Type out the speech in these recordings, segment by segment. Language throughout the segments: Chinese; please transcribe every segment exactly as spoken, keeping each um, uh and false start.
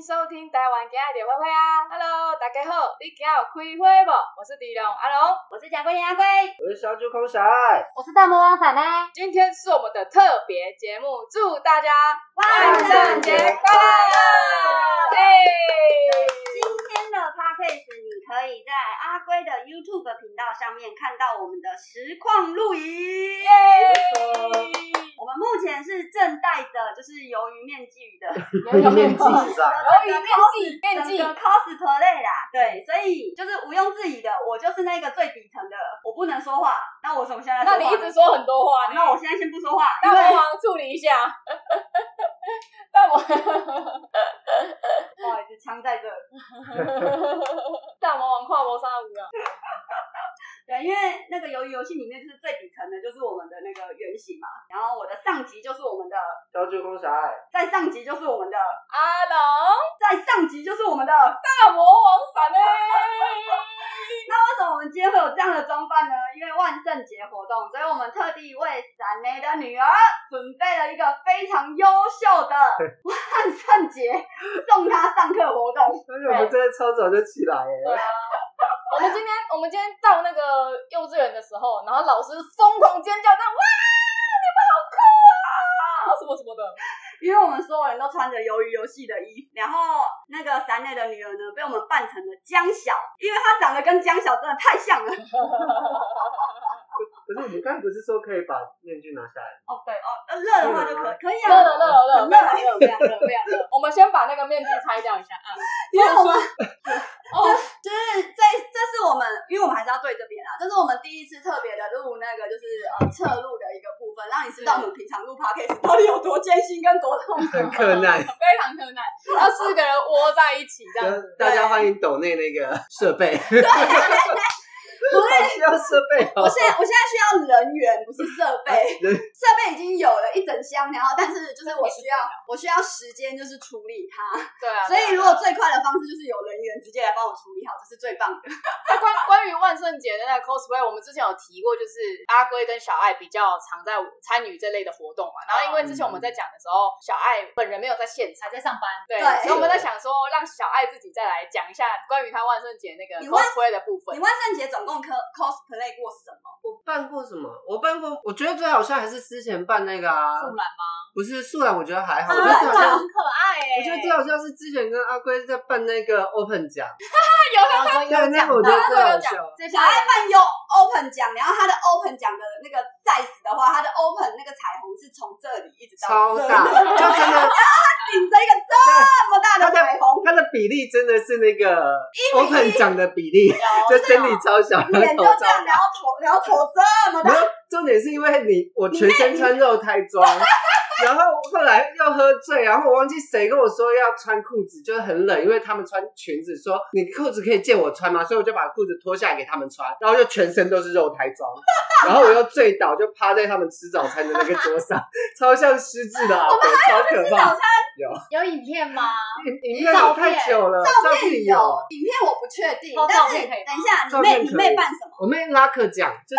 收听台湾今日的花花啊 ！Hello， 大家好，你今日有开花无？我是迪龙阿龙， 我是贾桂林阿龟， 我是小酒孔小爱， 我是大魔王闪呢。 今天是我们的特别节目，祝大家万圣节快乐！ 哎， 今天的 podcast 你可以在阿龟的 YouTube 频道上面看到我们的实况录影。 耶！ 我们目前是正戴着就是鱿鱼面具的， 鱿鱼面具上， 鱿鱼面具，面具整个 cosplay 啦，对，所以就是毋庸置疑的，我就是那个最底层的，我不能说话，那我怎么现在说话呢？ 那你一直说很多话， 那我现在先不说话， 大魔王处理一下。大魔， 不好意思，枪在这。 大魔王跨博三五啊。 对，因为那个鱿鱼游戏里面就是最底层的，就是我们的那个原型嘛。然后我的上级就是我们的小酒孔小爱， 再上级就是我们的阿龙， 再上级就是我们的。 大魔王闪呢？ 那为什么我们今天会有这样的装扮呢？因为万圣节活动，所以我们特地为闪雷的女儿准备了一个非常优秀的万圣节送她上课活动。 而且我们真的超早就起来耶。 对啊。我们今天我们今天到那个幼稚园的时候，然后老师疯狂尖叫，这样哇，你们好酷啊，什么什么的。 因为我们所有人都穿着鱿鱼游戏的衣服，然后那个闪内的女儿呢，被我们扮成了江小，因为她长得跟江小真的太像了。 可是我们刚才不是说可以把面具拿下来？ 哦，对哦，热的话就可以，可以啊， 热了热了热了， 热了热了，非常热非常热。 我们先把那个面具拆掉一下啊， 因为我们哦， 就是这这是我们，因为我们还是要对这边啊，这是我们第一次特别的录那个就是呃侧录的一个部分，让你知道我们平常录 podcast 到底有多艰辛跟多痛苦， 很困难， 非常困难，要四个人窝在一起这样子。 大家欢迎抖内那个设备。 不是需要设备、哦， 我现在我现在需要人员，不是设备。设备已经有了一整箱，然后但是就是我需要我需要时间就是处理它。 对啊。 所以如果最快的方式就是有人员直接来帮我处理好，这是最棒的。 那关关于万圣节的那个 cosplay， 我们之前有提过，就是阿龟跟小爱比较常在参与这类的活动嘛。然后因为之前我们在讲的时候，小爱本人没有在现场， 还在上班， 对， 对所以我们在想说，让小爱自己再来讲一下关于他万圣节那个 cosplay 的部分。 你万圣节总共 cosplay 过什么？ 我办过什么？我办过，我觉得最好笑还是之前办那个啊， 素兰吗？ 不是素兰，我觉得还好。 啊、 我觉得最好笑， 很可爱哎、欸。 我觉得最好笑是之前跟阿龟在办那个 open 奖， 有有对，那个我觉得最好笑。 小爱办有 open 奖，然后他的 open 奖的那个 size 的话，他的 open 那个彩虹是从这里一直到这里， 超大，就真的， 然后他顶着一个这么大的彩虹， 它的比例真的是那个 open 奖的比例，就身体超小， 脸就这样，然后头然后头这么大。 重点是因为你我全身穿肉胎装，然后后来又喝醉，然后我忘记谁跟我说要穿裤子，就是很冷，因为他们穿裙子，说你裤子可以借我穿吗？所以我就把裤子脱下来给他们穿，然后就全身都是肉胎装，然后我又醉倒，就趴在他们吃早餐的那个桌上，超像失智的阿伯，超可怕。有有影片吗？ 影影片都太久了， 照片有， 有， 影片我不确定， 哦、 但是等一下，你妹你妹扮什么？ 我妹拉克奖，就是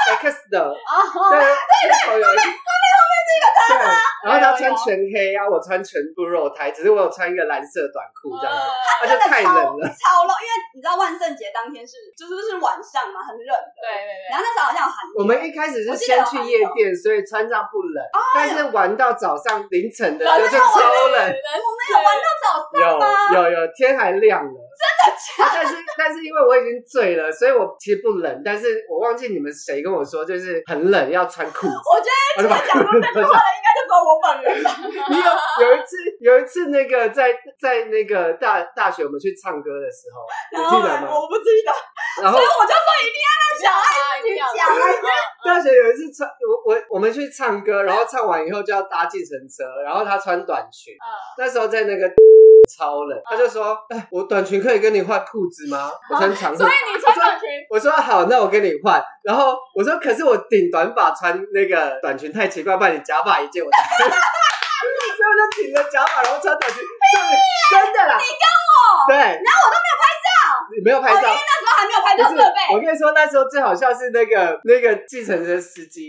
X 的， 哦， 对对对，后面后面后面是一个叉叉，然后她穿全黑啊，我穿全部肉胎，只是我有穿一个蓝色短裤这样，她就太冷了， 超冷，因为你知道万圣节当天是就是是晚上嘛，很冷的， 对对对， 然后那时候好像有寒流。 我们一开始是先去夜店，所以穿上不冷，但是玩到早上凌晨的时候就超冷。 我们有玩到早上吗？ 有有有，天还亮了。 真的假的？ 但是但是因为我已经醉了，所以我其实不冷，但是我忘记你们谁跟我说就是很冷要穿裤子。 我觉得讲出这句话的应该就只有我本人吧。 你有有一次有一次那个在在那个大大学我们去唱歌的时候，你记得吗？ 我不记得。 然后所以我就说一定要让小爱自己讲。 大学有一次唱我我我们去唱歌，然后唱完以后就要搭计程车，然后他穿短裙，嗯、那时候在那个超冷，他就说：“哎，我短裙可以跟你换裤子吗？我穿长裤。” 所以你穿短裙。 我说好，那我跟你换。然后我说，可是我顶短发穿那个短裙太奇怪，不然你假发也借我穿。所以我就顶了假发，然后穿短裙。真的啦， 你跟我对， 然后我都没有拍照， 你没有拍照， 因为那时候还没有拍照设备。 我跟你说，那时候最好笑是那个那个计程车司机， 对，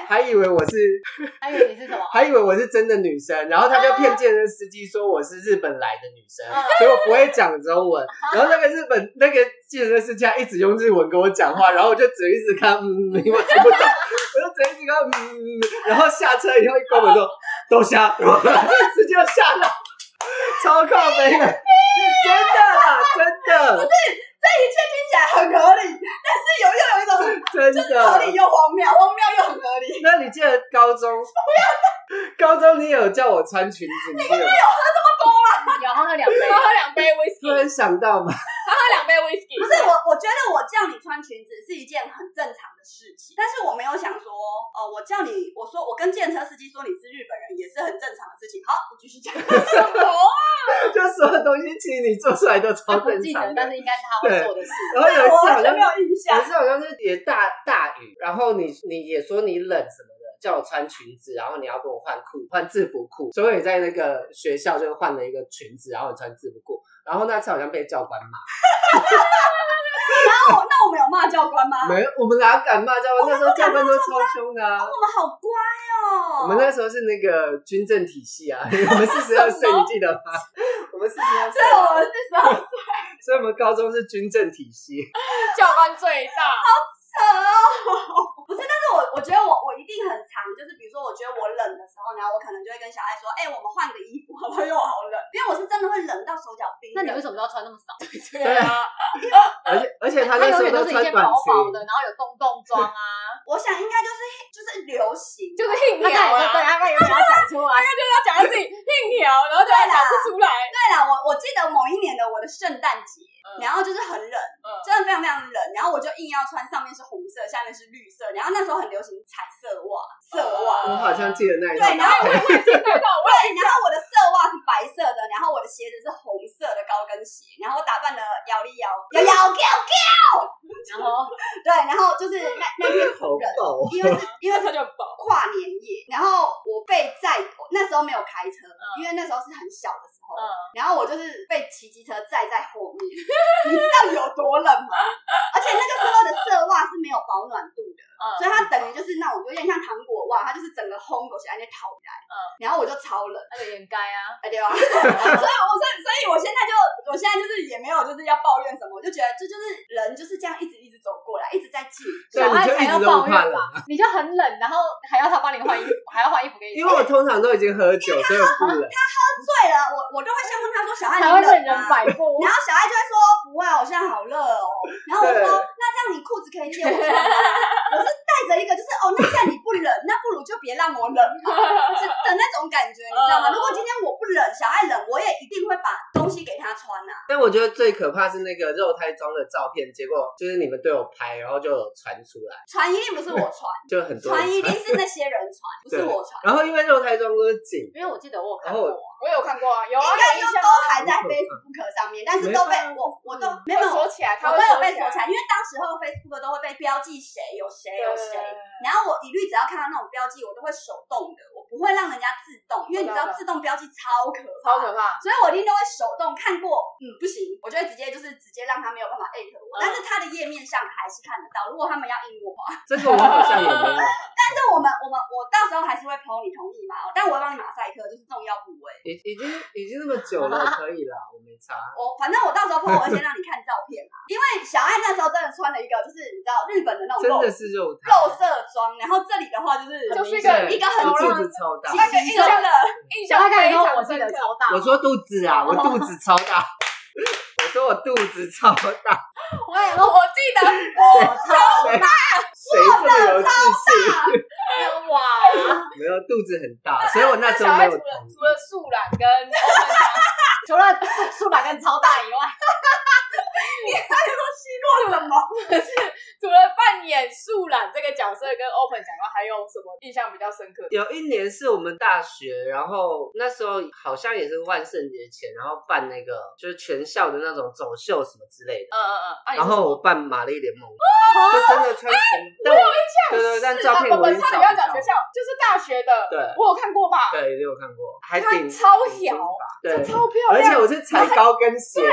还以为我是， 还以为你是什么？ 还以为我是真的女生，然后他就骗健身司机说我是日本来的女生，所以我不会讲中文。然后那个日本那个健身司机一直用日文跟我讲话，然后我就只一直看，嗯，我听不懂，我就只一直看，嗯，然后下车以后一关门说都下，然后司机就下了，超靠北的，真的啦，真的。 不是，这一切听起来很合理，但是有又有一种真的就是合理又荒谬，荒谬又很合理。 那你记得高中？高中你有叫我穿裙子，你记得吗？ 有喝这么多吗？ 有，他喝两杯，他喝两杯 whisky， 突然想到嘛， 他喝两杯 whisky。 不是我，我觉得我叫你穿裙子是一件很正常的事情，但是我没有想说，哦，我叫你，我说我跟计程车司机说你是日本人，也是很正常的事情。好，我继续讲。什么啊？ 就所有东西其实你做出来都超正常的， 但是应该是他会做的事。 然后有一次好像没有印象， 有一次好像是也大大雨，然后你你也说你冷什么的，叫我穿裙子，然后你要跟我换裤换制服裤，所以我也在那个学校就换了一个裙子，然后我穿制服裤，然后那次好像被教官骂。 然后那我们有骂教官吗？ 没有，我们哪敢骂教官？那时候教官都超凶的啊！ 哦，我们好乖哦。 我们那时候是那个军政体系啊，我们四十二岁，你记得吗？我们四十二岁， 对，我们四十二岁， 所以我们高中是军政体系， 教官最大。 好扯哦！不是，但是我我觉得我我一定很常，就是比如说，我觉得我冷的时候，然后我可能就会跟小爱说，哎、欸，我们换个衣服好不好？因为我好冷，因为我是真的会冷到手脚冰。 那你为什么要穿那么少？对啊，而且而且他那时候都穿短裙， 薄薄的，然后有洞洞装啊。 我想应该就是就是流行， 就是硬条啊。对，他刚有没有讲出来？他就是要讲自己硬条，然后就讲不出来。 对啦，我我记得某一年的我的圣诞节。嗯、然后就是很冷、嗯，真的非常非常冷。然后我就硬要穿，上面是红色，下面是绿色。然后那时候很流行彩色袜、色袜。 我好像记得那一套。对，然后我也记得到。对，然后我的色袜是白色的，然后我的鞋子是红色的高跟鞋。然后我打扮的摇里摇，摇摇跳跳。然后对，然后就是那那天很冷，因为是因为是跨年夜。然后我被载，那时候没有开车，嗯、因为那时候是很小的时候。嗯、然后我就是被骑机车载在后面。你知道有多冷吗？而且那个时候的色袜是没有保暖度的，嗯、所以它等于就是那种有点像糖果袜，它就是整个烘狗起来就套起来，嗯、然后我就超冷， 那个也该啊， 哎对吧？所以我所以所以我现在就我现在就是也没有就是要抱怨什么，我就觉得这就是人就是这样一直一直走过来，一直在进， 小孩才要抱怨吧？你就很冷，然后还要他帮你换衣服，还要换衣服给你， 因为我通常都已经喝酒，所以我不冷。 他喝醉了，我我都会先问他说：“小爱你冷吗？” 然后小爱就会说：“不会，我现在好热哦。”然后我说：“那这样你裤子可以借我穿吗？”我是带着一个就是哦，那既然你不冷，那不如就别让我冷嘛的那种感觉，你知道吗？如果今天我不冷，小爱冷，我也一定会把东西给他穿啊。 但我觉得最可怕是那个肉胎装的照片，结果就是你们都有拍，然后就有传出来。 传一定不是我传， 就很多人传一定是那些人传，不是我传。 然后因为肉胎装都是紧， 因为我记得我有看过，我有看过啊，有啊， 应该就都还在 Facebook 上面，但是都被我我都没有锁起来， 我都有被锁起来，因为当时候 Facebook 都会被标记谁有谁有谁，然后我一律只要看到那种标记，我都会手动的，我不会让人家自动，因为你知道自动标记超可怕， 超可怕， 所以我一定都会手动看过，嗯，不行，我就会直接就是直接让他没有办法 at 我，但是他的页面上还是看得到，如果他们要印我话， 这个我好像也没有， 但是我们我们我到时候还是会 po 你同意吗？但我会帮你马赛克，就是重要部位， 已已经已经那么久了，可以啦，我没差。 我反正我到时候 po 我会先让你看照片嘛，因为小爱那时候真的穿了一个就是你知道日本的那种真的是肉肉色装，然后这里的话就是就是一个一个很肚子超大， 那个印象的印象非常深刻，超大。 我说肚子啊，我肚子超大，我说我肚子超大。 我我记得我超大， 谁这么有自信？ 哇， 没有肚子很大，所以我那时候没有同意。 除了素懒跟除了素懒跟超大以外， 你还有奚落什么？ 不是，除了扮演素懒这个角色跟 Open 讲话，还有什么印象比较深刻？ 有一年是我们大学，然后那时候好像也是万圣节前，然后办那个就是全校的那种走秀什么之类的。 嗯嗯嗯。啊、 然后我扮玛丽莲梦露，就真的穿全。 我有印象。 对对，但照片我已经找不到。 我们差点要讲学校，就是大学的。 对， 我有看过吧？ 对，也有看过，还顶超小， 对， 超漂亮， 而且我是踩高跟鞋。 对，而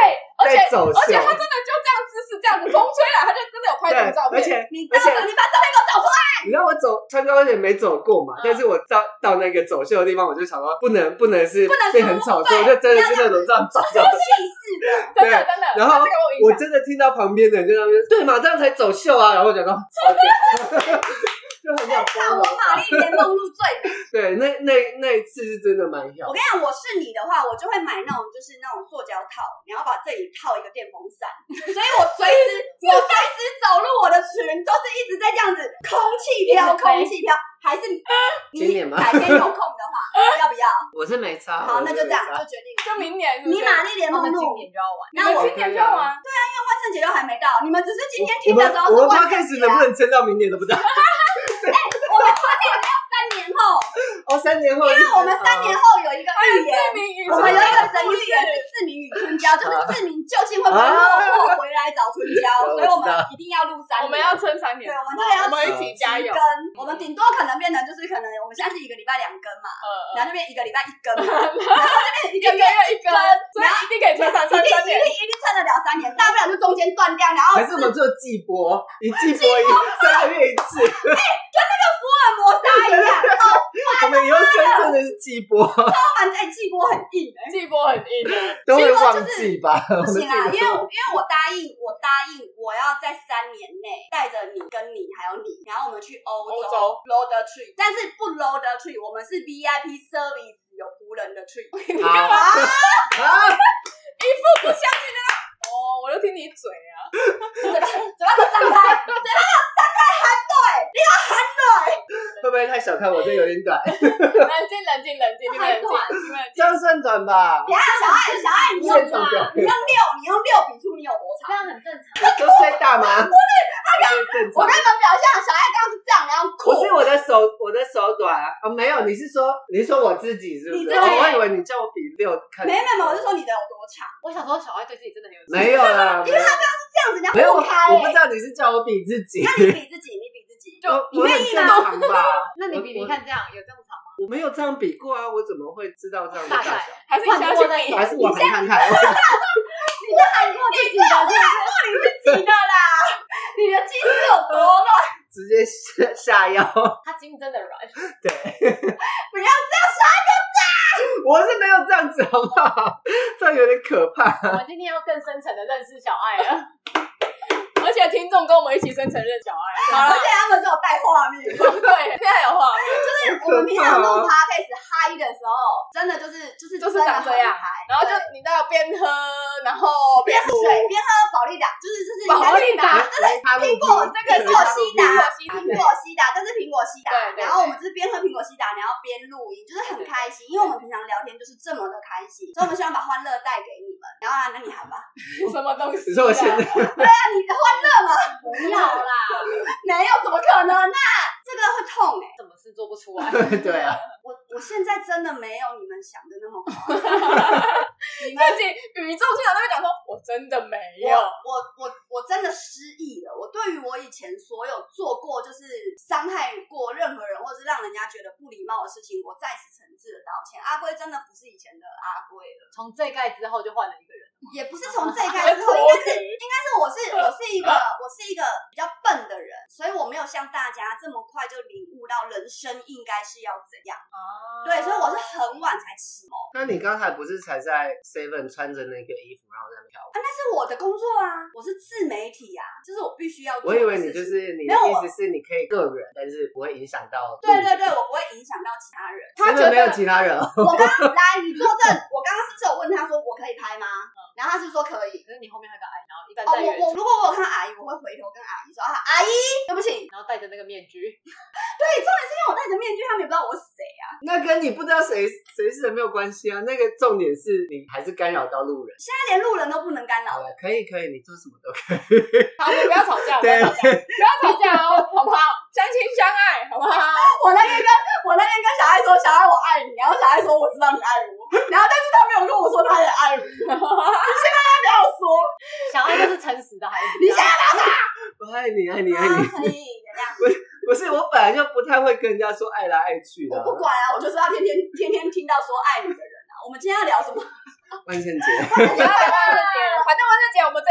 在走秀， 而且他真的就这样姿势，这样子风吹来，他就真的有拍这种照片。 而且你到时候你把照片给我找出来。 你知道我走穿高跟鞋没走过嘛？ 嗯、 但是我到到那个走秀的地方，我就想说不能不能是不能变很丑，所以我就真的是那种这样走走。 气势的， 真的真的。 然后这个我我真的听到旁边的人就在那边对嘛，这样才走秀啊。然后我讲到超屌。就很想看我玛丽莲梦露最美。 对，那那那一次是真的蛮屌。 我跟你讲，我是你的话，我就会买那种就是那种塑胶套，你要把这里套一个电风扇，所以我随时我随时走路，我的裙都是一直在这样子，空气飘，空气飘。还是你今年吗？ 改天有空的话，要不要？ 我是没差。 好，那就这样，就决定。 就明年是不是， 你玛丽莲梦露今年就要玩， 那我今年就要玩。 对啊，因为万圣节都还没到，你们只是今天听的时候是我们万圣节、啊。 开始能不能撑到明年都不知道。 哎、欸，我们决定要三年后。 哦，三年后。 因为我们三年后有一个预言，我们有一个神预言是志明与春娇，就是志明究竟会不会落魄回来找春娇，所以我们一定要录三年。 我们要撑三年。 对，我们这个要我们一起加油。 我们顶多可能变成就是可能我们现在是一个礼拜两根嘛， 嗯、 然后就变一个礼拜一根嘛，然后就变一个月一根， 所以一定可以撑三三年， 一定一定撑得了三年，大不了就中间断掉，然后还是我们做季播，一季播一三个月一次， 哎、欸，跟那个福尔摩沙一样，哦， 我们以后真正的是季播， 超蛮哎，季播很硬， 季播很硬， 都会忘记吧？ 不行啊，因为因为我答应，我答应我要在三年内带着你跟你还有你，然后我们去欧洲 road trip， 但是不 road trip， 我们是 V I P service 有仆人的 trip。 你干嘛？ 啊！ 一副不相信的哦，我就听你嘴啊， 嘴巴嘴巴都张开，嘴巴都张开含对，你要含对。 会不会太小看我？这有点短。 冷静冷静冷静，你们冷静，你们这样算短吧？ 等下小爱小爱，你用你用六，你用六比出你有多长？ 这样很正常。 都最大吗？ 不是，他刚我跟你们表现，小爱刚刚是这样，然后不是我的手，我的手短啊！哦，没有，你是说你是说我自己是不是？哦，我以为你叫我比六看。 没没没，我是说你的有多长。 我想说，小爱对自己真的很有没有啦， 因为他刚刚是这样子，人家没有不开。 我不知道你是叫我比自己。 那你比自己，你比自己， 就你愿意吗？正常吧？ 那你比比看，这样有这么长吗？ 我没有这样比过啊，我怎么会知道这样的大小？ 还是你现在去比？ 还是我喊看看？ 你是喊过自己的，是喊过你自己的啦。你的筋是有多乱？ 直接下下腰。 他筋真的软。 对。 不要这样，傻个子！ 我是没有这样子，好不好？这样有点可怕。 我们今天要更深层的认识小爱了。而且听众跟我们一起深层认小爱， 而且他们是有带画面， 对，现在有画面， 就是我们平常录 podcast 嗨的时候，真的就是就是就是长这样，然后就你知道边喝，然后边水，边喝保利达，就是就是保利达， 这是苹果，这个是苹果西达，苹果西达，这是苹果西达，然后我们就是边喝苹果西达，然后边录音，就是很开心，因为我们平常聊天就是这么的开心，所以我们希望把欢乐带给你们。然后啊，那你喊吧， 什么东西？ 你说我现在？ 对啊，你欢乐嘛？ 不要啦， 没有，怎么可能啊？这个会痛哎， 什么事做不出来？ 对啊， 我我现在真的没有你们想的那么夸张。 你自己语重心长在那边讲说，我真的没有， 我我我真的失忆了。我对于我以前所有做过就是伤害过任何人，或者是让人家觉得不礼貌的事情，我在此诚挚的道歉。阿龟真的不是以前的阿龟了， 从这一盖之后就换了一个人， 也不是从这一盖之后，应该是应该是我是我是一个我是一个比较笨的人，所以我没有像大家这么快就领悟到人生应该是要怎样。 啊， 对，所以我是很晚才启蒙。 那你刚才不是才在 Seven 穿着那个衣服然后在那跳舞？ 啊，那是我的工作啊，我是自媒体啊，这是我必须要做的事情。 我以为你就是你的意思是你可以个人，但是不会影响到。 对对对，我不会影响到其他人。 他觉得没有其他人。 我刚来，你作证，我刚刚是不是有问他说我可以拍吗？嗯、然后他是说可以， 可是你后面还有个阿姨，然后一般哦，我我如果我有看阿姨，我会回头跟阿姨说啊，阿姨，对不起， 然后戴着那个面具。 对，重点是因为我戴着面具，他们也不知道我是谁啊。 那跟你不知道谁谁是人没有关系啊。那个重点是你还是干扰到路人。 现在连路人都不能干扰。 好了，可以可以，你做什么都可以。 好，我们不要吵架，不要吵架，不要吵架哦，好不好？相亲相爱，好不好？ 我那天跟我那天跟小爱说，小爱我爱你，然后小爱说我知道你爱我，然后但是他没有跟我说他也爱我。你现在要不要说？ 小爱就是诚实的孩子。 你现在不要说。 我爱你，爱你，爱你。 可以原谅。 不是不是，我本来就不太会跟人家说爱来爱去的。 我不管啊，我就是要天天天天听到说爱你的人啊。我们今天要聊什么？ 万圣节。 万圣节， 反正万圣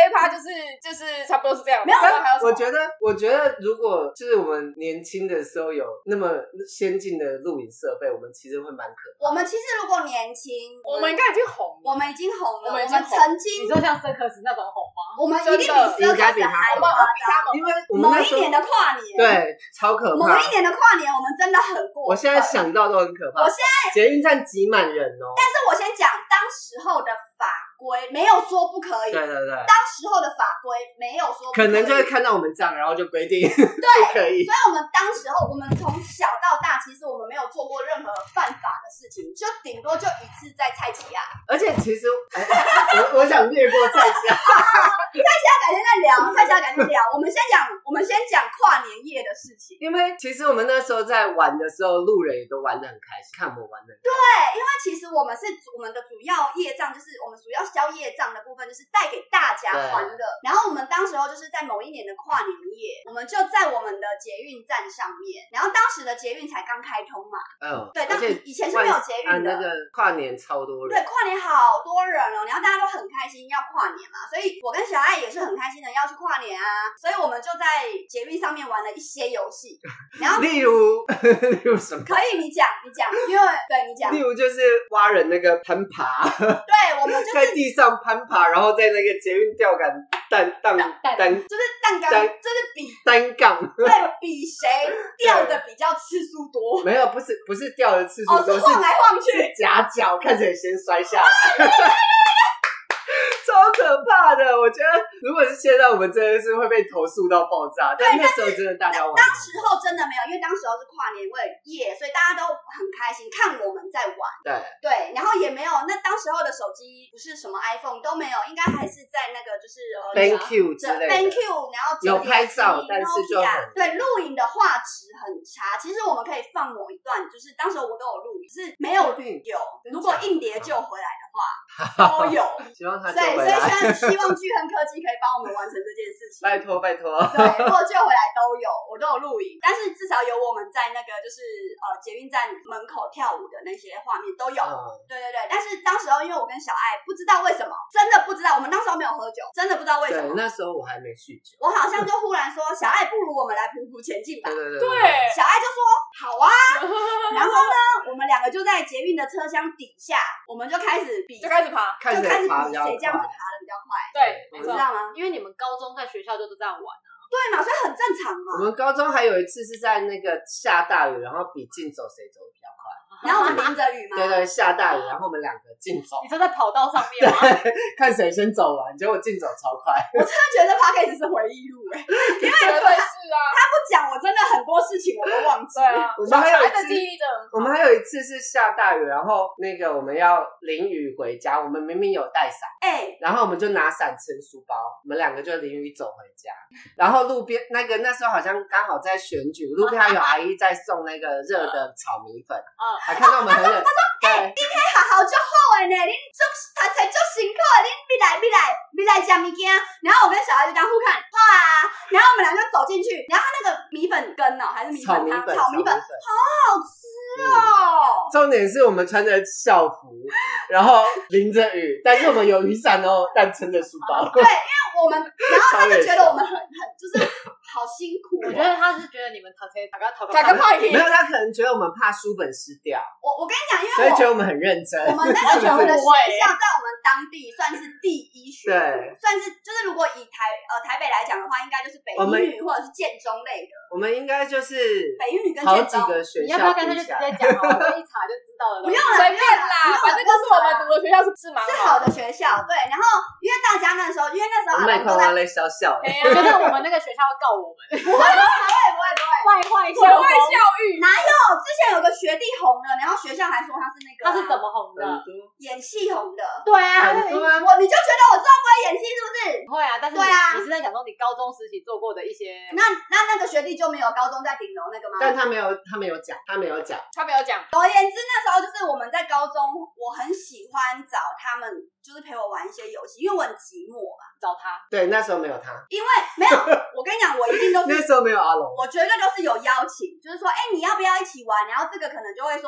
这一趴就是就是差不多是这样。 没有， 还有什么？ 我觉得我觉得如果就是我们年轻的时候有那么先进的录影设备，我们其实会蛮可怕。 我们其实如果年轻， 我们应该已经红了， 我们已经红了，我们我们已经红曾经， 你说像 circus 那种红吗？ 我们一定比 circus 还夸张。 因为我们那时候某一年的跨年， 对超可某怕。 一年的跨年，我们真的很过分。 我现在想到都很可怕。 我现在捷运站挤满人哦。 但是我先讲当时候的法规，没有说不可以。 对对对。 当时候的法规没有说不可以， 可能就会看到我们这样，然后就规定对不可以。 所以我们当时候，我们从小到大，其实我们没有做过任何犯法的事情，就顶多就一次在蔡奇亚。 而且其实，哎、我我想略过蔡奇亚， 蔡奇亚改天再聊，蔡奇亚改天聊。我们先讲，我们先讲跨年夜的事情。 因为其实我们那时候在玩的时候，路人也都玩得很开心，看我们玩的。 对，因为其实我们是我们的主要业障，就是我们主要消业障的部分，就是带给大家欢乐。然后我们当时候就是在某一年的跨年夜，我们就在我们的捷运站上面，然后当时的捷运才刚开通嘛。 嗯， 对，但以前是没有捷运的。 啊、那个跨年超多人。 对，跨年好多人哦，然后大家都很开心要跨年嘛，所以我跟小爱也是很开心的要去跨年啊，所以我们就在捷运上面玩了一些游戏，然后例如例如什么？ 可以你讲你讲，因为对你讲， 例如就是挖人那个攀爬， 对我们就是在地上攀爬，然后在那个捷运吊杆单单单就是单杠，就是比单杠， 对比谁掉的比较次数多。 没有，不是不是掉的次数多， 多， 哦，是晃来晃去， 是夹脚，看谁先摔下来。超可怕的！我觉得如果是现在，我们真的是会被投诉到爆炸。但那时候真的大家玩， 当时候真的没有，因为当时候是跨年夜，所以大家都很开心看我们在玩。 对对，然后也没有，那当时候的手机不是什么 iPhone 都没有，应该还是在那个就是 BenQ 之类的 BenQ， 然后有拍照，但是就很对录影的画质很差。其实我们可以放某一段，就是当时我都有录影，是没有有。如果硬碟救回来的话，都有。 希望他救回来。 对， 所以希望希望钜亨科技可以帮我们完成这件事情。 拜托拜托。 对，如果救回来都有，我都有录影，但是至少有我们在那个就是呃捷运站门口跳舞的那些画面都有。嗯、对对对，但是当时候因为我跟小爱不知道为什么，真的不知道，我们当时候没有喝酒，真的不知道为什么。 对，那时候我还没酗酒。 我好像就忽然说，小爱不如我们来匍匐前进吧。 对对对。 对， 小爱就说好啊，然后呢，我们两个就在捷运的车厢底下，我们就开始比， 就开始爬， 就开始比谁这样子爬的比较快。 对， 你知道吗？ 因为你们高中在学校就是这样玩啊。 对嘛，所以很正常嘛。 我们高中还有一次是在那个下大雨，然后比竞走谁走的比较快。 然后我们淋着雨嘛。 对对，下大雨，然后我们两个竞走。 你说在跑道上面吗？ 对，看谁先走完，结果竞走超快。 我真的觉得 Podcast 是回忆录哎，因为绝对是啊， 他不讲，我真的很多事情我都忘记。 对啊， 我们还有一次， 我们还有一次是下大雨，然后那个我们要淋雨回家，我们明明有带伞， 哎、欸， 然后我们就拿伞撑书包，我们两个就淋雨走回家。然后路边那个那时候好像刚好在选举，路边还有阿姨在送那个热的炒米粉，嗯，还看到我们很冷。 他说：“哎、欸，你可以好好就好诶呢，你做读册做辛苦的，你别来别来别来吃物件。”然后我跟小孩就这样互看，好啊。然后我们俩就走进去，然后他那个米粉羹哦，还是米粉汤，炒米粉，好好吃哦、嗯。 重点是我们穿着校服，然后淋着雨，但是我们有雨伞哦，但撑着书包。 对，因为我们，然后他就觉得我们很很就是好辛苦、哦。 我觉得他是觉得你们读册读个读个读个快点， 没有，他可能觉得我们怕书本湿掉。 我我跟你讲，因为所以觉得我们很认真。 我们那时候的学校在我们当地算是第一学府，算是就是如果以台呃台北来讲的话，应该就是北一女或者是建中类的。 我们应该就是北一女跟好建中。 几个学校， 你要不要干脆就直接讲哦？我一查就知道了。 不用了， 随便啦，反正就是我们读的学校是是蛮是好的学校，对。然后因为大家那时候，因为那时候我们都在那笑笑， 我觉得我们那个学校会告我们， 不会不会不会不会， 坏坏学外教育哪有？之前有个学弟红了，然后学校还说他是那个， 他是怎么红的？ 演戏红的。 对啊， 很多啊。 我你就觉得我这么不会演戏是不是？ 会啊，但是对啊， 你是在讲说你高中时期做过的一些。 那那那个学弟就没有高中在顶楼那个吗？ 但他没有，他没有讲，他没有讲， 他没有讲。 总而言之，那时候就是我们在高中，我很喜欢找他们，就是陪我玩一些游戏，因为我很寂寞嘛。 找他？ 对，那时候没有他， 因为没有。我跟你讲，我一定都是那时候没有阿龙， 我绝对都是有邀请，就是说，哎、欸，你要不要一起玩？然后这个可能就会说。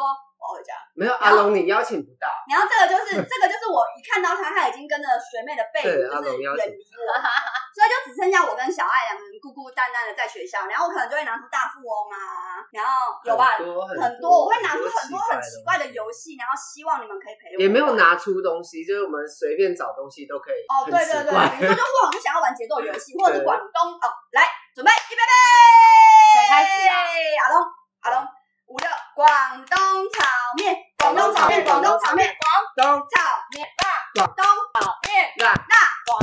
我要回家。 没有阿龙，你邀请不到。 然后这个就是这个就是我一看到他，他已经跟着学妹的背影就是远离我，所以就只剩下我跟小爱两个人孤孤单单的在学校。然后我可能就会拿出大富翁啊，然后有吧， 很多很多，我会拿出很多很奇怪的游戏，然后希望你们可以陪我。 也没有拿出东西，就是我们随便找东西都可以。 哦，对对对，比如说就或者是想要玩节奏游戏，或者是广东哦，来准备预备备， 谁开始啊？ 阿龙阿龙，五六广东炒面，广东炒面，广东炒面，广东炒面辣，广东炒面辣辣，广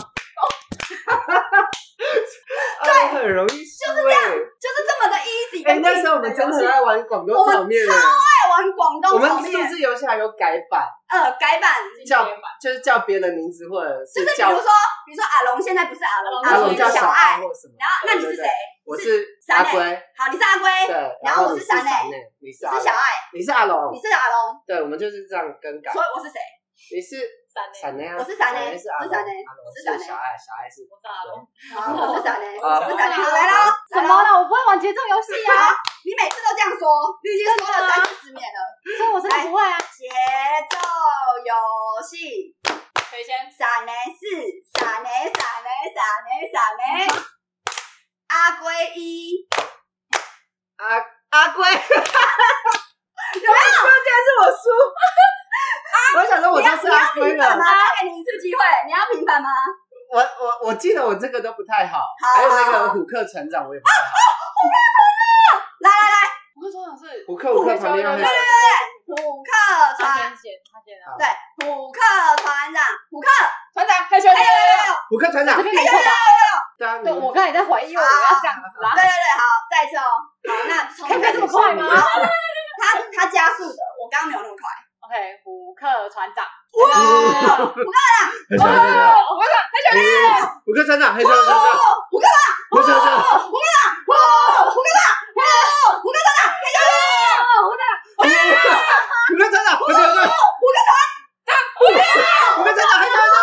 对，很容易输就是这样，就是这么的 easy。 哎，那时候我们真的很爱玩广东炒面的， 爱玩广东我们炒面。 数字游戏还有改版， 呃，改版叫就是叫别的名字，或者就是是比叫如说，比如说阿龙现在不是阿龙， 阿龙叫小爱爱， 或什么。 然后那你是谁？ 我是闪阿龟。 好，你是阿龟。 对， 然后我是闪闪内， 内，你是你是小爱， 你是阿龙， 你是阿龙。 对，我们就是这样更改。 所以我是谁？ 你是闪闪内啊， 我是闪内是阿龙， 我是闪内阿龙我是闪内小爱，小爱是我是阿龙。 好，我是闪内， 啊我是闪内。好，来喽， 什么啦？我不会玩节奏游戏啊， 你每次都这样说，你已经说了三四十年了。 所以我真的不会啊。 节奏游戏， 谁先？ 闪内四，闪内闪内闪内闪内，阿龟一， 阿阿龟，有没有？ 竟然是我输。我想说，我就是阿龟了。 吗？再给你一次机会，你要平反吗？ 我我我记得我这个都不太好， 好还有那个虎克船长我也不太好。 来来来， 我跟船长是虎克虎克旁边要对对对，虎克他船， 先先，他先啊。 对，虎克船长，虎克， 船长，黑球， 哎呦呦呦呦， 虎克船长这，边没错吧？ 对啊， 对，我刚才也在怀疑我要这样子啊。 对对对，好，再一次哦。好，那从可以不要这么快吗他他加速的，我刚刚没有那么快。 ？OK，虎克船长。 黑球黑球， 我跟黑球， 虎克船长，黑球船长， 虎克长， 虎克船长， 虎克长，虎克长，虎克长，黑球，虎克长， 虎克船长，虎克船长， 虎克长， 虎克船长，黑球船长，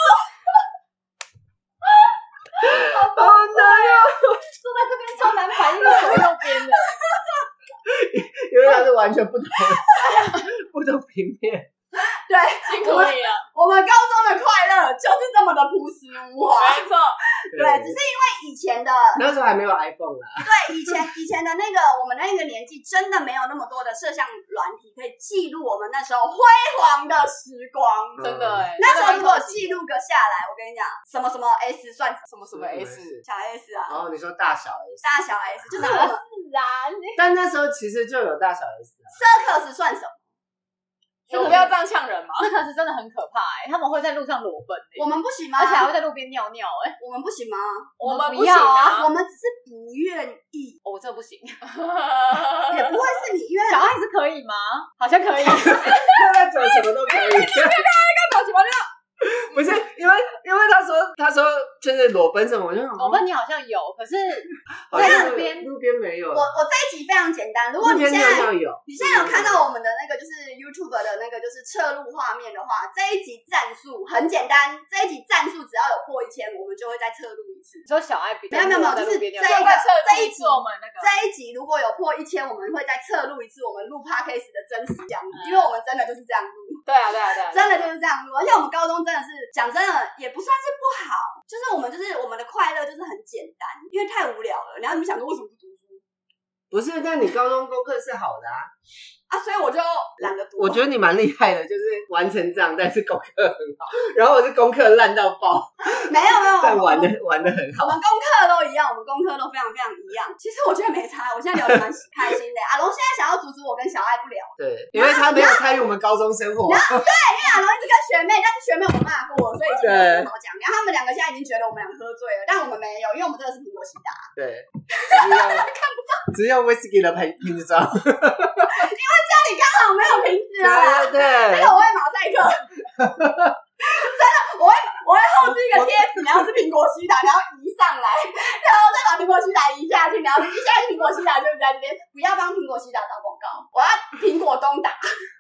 好难啊！ 坐在这边超难反应左右边的。 因为它是完全不同不同平面。 对， 辛苦你了， 我们高中的快乐就是这么的朴实无华。 没错， 对，只是因为以前的， 那时候还没有 iPhone 啦。 对，以前以前的那个我们那个年纪，真的没有那么多的摄像软体可以记录我们那时候辉煌的时光。 真的哎， 那时候如果记录个下来，我跟你讲，什么什么 S 算什么什么 S， 小 S 啊， 然后你说大小 S， 大小 S 就是我们自然。 但那时候其实就有大小 S 啊。 circus 算什么？ 我不要这样呛人嘛。 这可是真的很可怕哎，他们会在路上裸奔哎， 我们不行吗？ 而且还会在路边尿尿哎。 我们不行吗？ 我们不要啊我们只是不愿意， 我这不行。 也不会是你愿意。 小爱是可以吗？好像可以。 那种什么都可以。 搞起来不是因为因为他说他说就是裸奔什么，我就裸奔你好像有，可是好像在路边路边没有。 我我这一集非常简单，如果路边你现在尿尿有， 你现在有看到我们的那个就是 YouTube 的那个就是侧录画面的话，这一集战术很简单，这一集战术只要有破一千，我们就会再侧录一次。 你说小爱比没有没有没有，就是这一个在测这一集我们那个这一集如果有破一千，我们会再侧录一次我们录 Podcast 的真实样子，因为我们真的就是这样录。 对啊对啊对啊， 真的就是这样录，而且我们高中真的是讲真的也不算是不好，就是我们就是我们的快乐就是很简单，因为太无聊了。然后你们想说为什么不读书不是？但你高中功课是好的啊。 啊？所以我就懒得读。 我觉得你蛮厉害的，就是完成这样，但是功课很好。然后我是功课烂到爆， 没有没有， 但玩的玩的很好。 我们功课都一样，我们功课都非常非常一样。其实我觉得没差，我现在聊得蛮开心的。阿龙现在想要阻止我跟小爱不聊， 对，因为他没有参与我们高中生活。 对，因为阿龙一直跟学妹，但是学妹我们骂过了，所以已经没有什么好讲。然后他们两个现在已经觉得我们两个喝醉了，但我们没有，因为我们真的是苹果西达。 对，只用只用 whisky 的瓶瓶子装。 家里刚好没有瓶子啊， 对对这个我会马赛克。真的，我会我会后置一个贴纸，然后是苹果西打，然后移上来，然后再把苹果西打移下去，然后移下去苹果西打就是在这边。不要帮苹果西打打广告，我要苹果东打。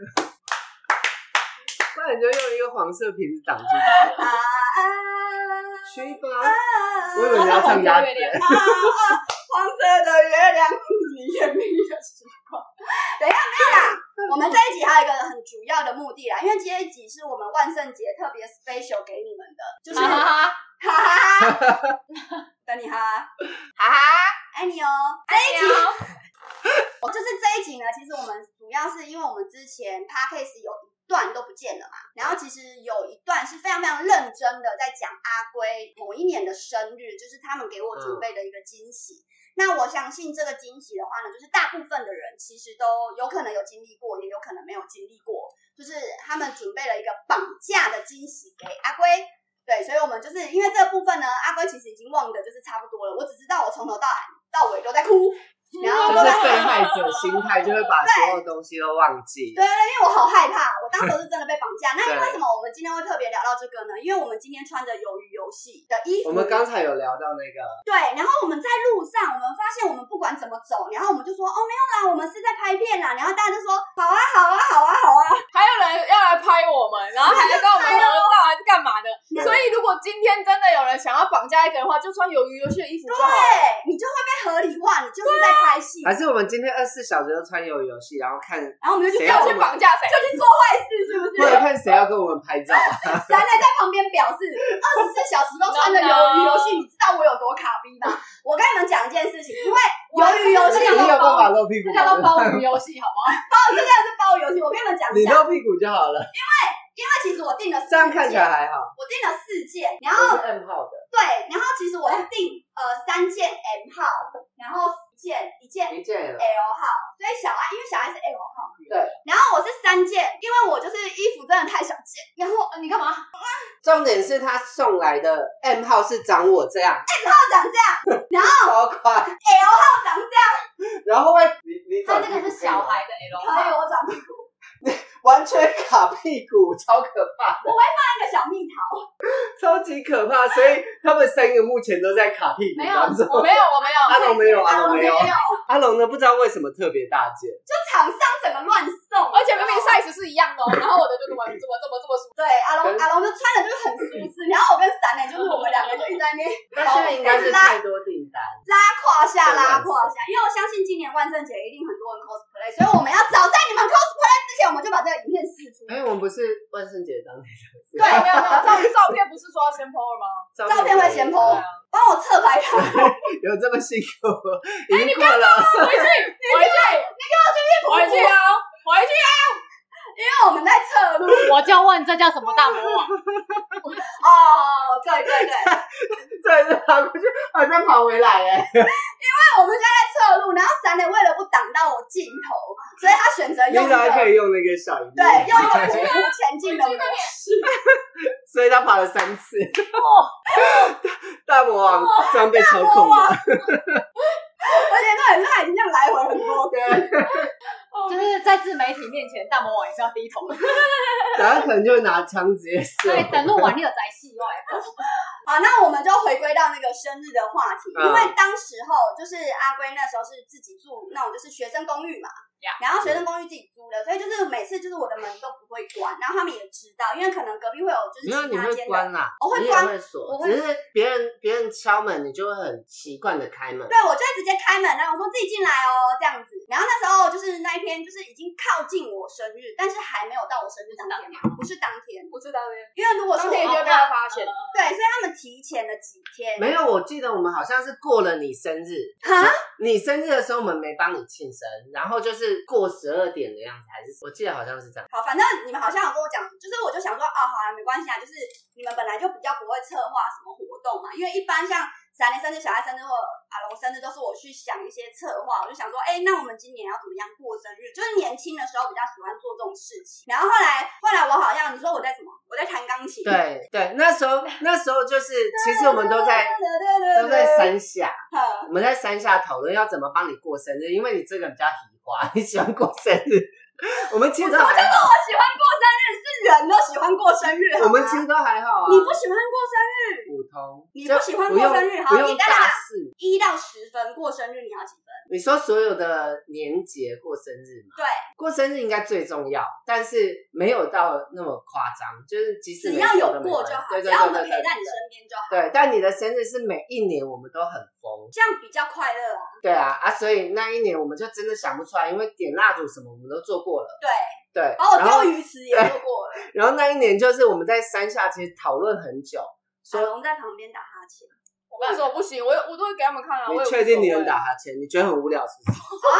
不然你就用一个黄色瓶子挡住。 啊啊！ 去吧，我以为你要唱鸭子。 啊啊！黄色的月亮，你眼迷的时光。等一下，没有啦，我我们这一集还有一个很主要的目的啦，因为这一集是我们万圣节特别 special 给你们的，就是哈哈哈哈哈，等你哈哈哈， 爱你哦。这一集，就是这一集呢，其实我们主要是因为我们之前 podcast 有一段都不见了嘛，然后其实有一段是非常非常认真的在讲阿龟某一年的生日，就是他们给我准备的一个惊喜。嗯，那我相信这个惊喜的话呢，就是大部分的人其实都有可能有经历过，也有可能没有经历过，就是他们准备了一个绑架的惊喜给阿龟。对，所以我们就是因为这个部分呢，阿龟其实已经忘的就是差不多了，我只知道我从头到到尾都在哭，然后就是被害者心态，就会把所有东西都忘记。 对对对，因为我好害怕，我当时是真的被绑架。那为什么我们今天会特别聊到这个呢？因为我们今天穿着鱿鱼游戏的衣服， 我们刚才有聊到那个， 对，然后我们在路上，我们发现我们不管怎么走，然后我们就说哦没有啦，我们是在拍片啦，然后大家就说好啊好啊好啊好啊， 还有人要来拍我们，然后还要跟我们合照，还是干嘛的？所以如果今天真的有人想要绑架一个人的话，就穿鱿鱼游戏的衣服就好了。 对，你就会被合理化，你就是在拍戏。 还是我们今天二十四小时都穿鱿鱼游戏，然后看， 然后我们就去要去绑架谁， 就去做坏事，是不是？ 或者看谁要跟我们拍照。 三奶在旁边表示，二十四小时都穿着鱿鱼游戏，你知道我有多卡逼吗？我跟你们讲一件事情，因为鱿鱼游戏你有办法露屁股吗？ 这叫做鲍鱼游戏，好吗？ 包这真的是包游戏，我跟你们讲一下， 你露屁股就好了。 因为因为其实我订了四件， 这样看起来还好。 我订了四件，然后我是 M 号的， 对，然后其实我是订呃三件 M 号，然后一件一件一件 L 号，所以小爱因为小爱是 L 号， 对， 然后我是三件，因为我就是衣服真的太小件，然后你干嘛？ 重点是他送来的 M 号是长我这样 ，M 号长这样，然后超快 L 号长这样， 然后会你你他那个是小孩的 L 可以号， 我长屁股， 完全卡屁股，超可怕的， 我会放一个小蜜桃， 超级可怕，所以他们三个目前都在卡屁股没有， 当中。 我没有，我没有， 阿龙没有，阿龙没有， 没有， 阿龙呢不知道为什么特别大件， 就厂商整个乱送， 而且明明 size 是一样的哦，然后我的就这么这么这么这么舒服。 对，阿龙阿龙就穿的就是很舒适，然后我跟闪磊就是我们两个就一直在那边， 那现在应该是太多订单， 拉胯下拉胯下，因为我相信今年万圣节一定很多人 cosplay， 所以我们要早在你们 cosplay 之前，我们就把这个影片释出。 因为我们不是万圣节当天的事， 对没有没有没有，照照片不是说要先 po 了吗？ 照片会先 po，帮我侧拍它。 有这么辛苦吗？已经过了， 回去回去， 你给我去面回去啊回去啊！ 因为我们在侧录。 我就问这叫什么大魔王？ 哦，对对对， 对，是跑过去，好像跑回来哎。 因为我们现在在侧录，然后闪磊为了不挡到我镜头，所以他选择用一你还可个以用那个小荧幕， 对，用一个匍匐前进的模式。 所以他跑了三次。大魔王这样被操控的， 而且重点是他已经这样来回很多次。 就是在自媒体面前，大魔王也是要低头的。 然后可能就会拿枪直接射。 对，等录完你有宅戏外。 好，那我们就回归到那个生日的话题， 嗯因为当时候就是阿龟那时候是自己住那种就是学生公寓嘛，然后学生公寓自己租的，所以就是每次就是我的门都不会关，然后他们也知道，因为可能隔壁会有就是没有，你会其他间的， 关啦， 我会关你也会锁我，会只是别人别人敲门，你就会很习惯的开门。 对，我就会直接开门，然后我说自己进来哦，这样子。然后那时候就是那一天，就是已经靠近我生日，但是还没有到我生日当天嘛，不是当天， 不是当天， 因为如果是我当天就被他发现。 对，所以他们提前了几天。 没有，我记得我们好像是过了你生日， 哈， 你生日的时候我们没帮你庆生，然后就是过十二点的样子，还是我记得好像是这样。 好，反正你们好像有跟我讲，就是我就想说，哦，好啊，没关系啊，就是你们本来就比较不会策划什么活动嘛，因为一般像闪磊生日、小爱生日或阿龙生日都是我去想一些策划，我就想说，哎、欸，那我们今年要怎么样过生日？就是年轻的时候比较喜欢做这种事情。然后后来，后来我好像你说我在什么？我在弹钢琴。 对对，那时候那时候就是，其实我们都在都在山下，我们在山下讨论要怎么帮你过生日，因为你这个比较喜欢，你喜欢过生日。我们其实都还好。 什么叫做我喜欢过生日？是人都喜欢过生日， 我们其实都还好啊。 你不喜欢过生日？ 普通。 你不喜欢过生日？好， 不用你大概大事。 一到十分过生日，你要几分？ 你说所有的年节过生日嘛？ 对， 过生日应该最重要，但是没有到那么夸张，就是即使只要有过就好， 对对对对对， 只要我们陪在你身边就好。 对，但你的生日是每一年我们都很疯， 这样比较快乐啊。 对啊啊，所以那一年我们就真的想不出来，因为点蜡烛什么我们都做过了， 对对， 把我然后丢鱼池也做过了。 然后那一年就是我们在山下其实讨论很久， 小龙在旁边打哈欠。 我跟你说我不行，我我都会给他们看啊。 你我也无所谓确定你能打哈欠？你觉得很无聊是不是？ 啊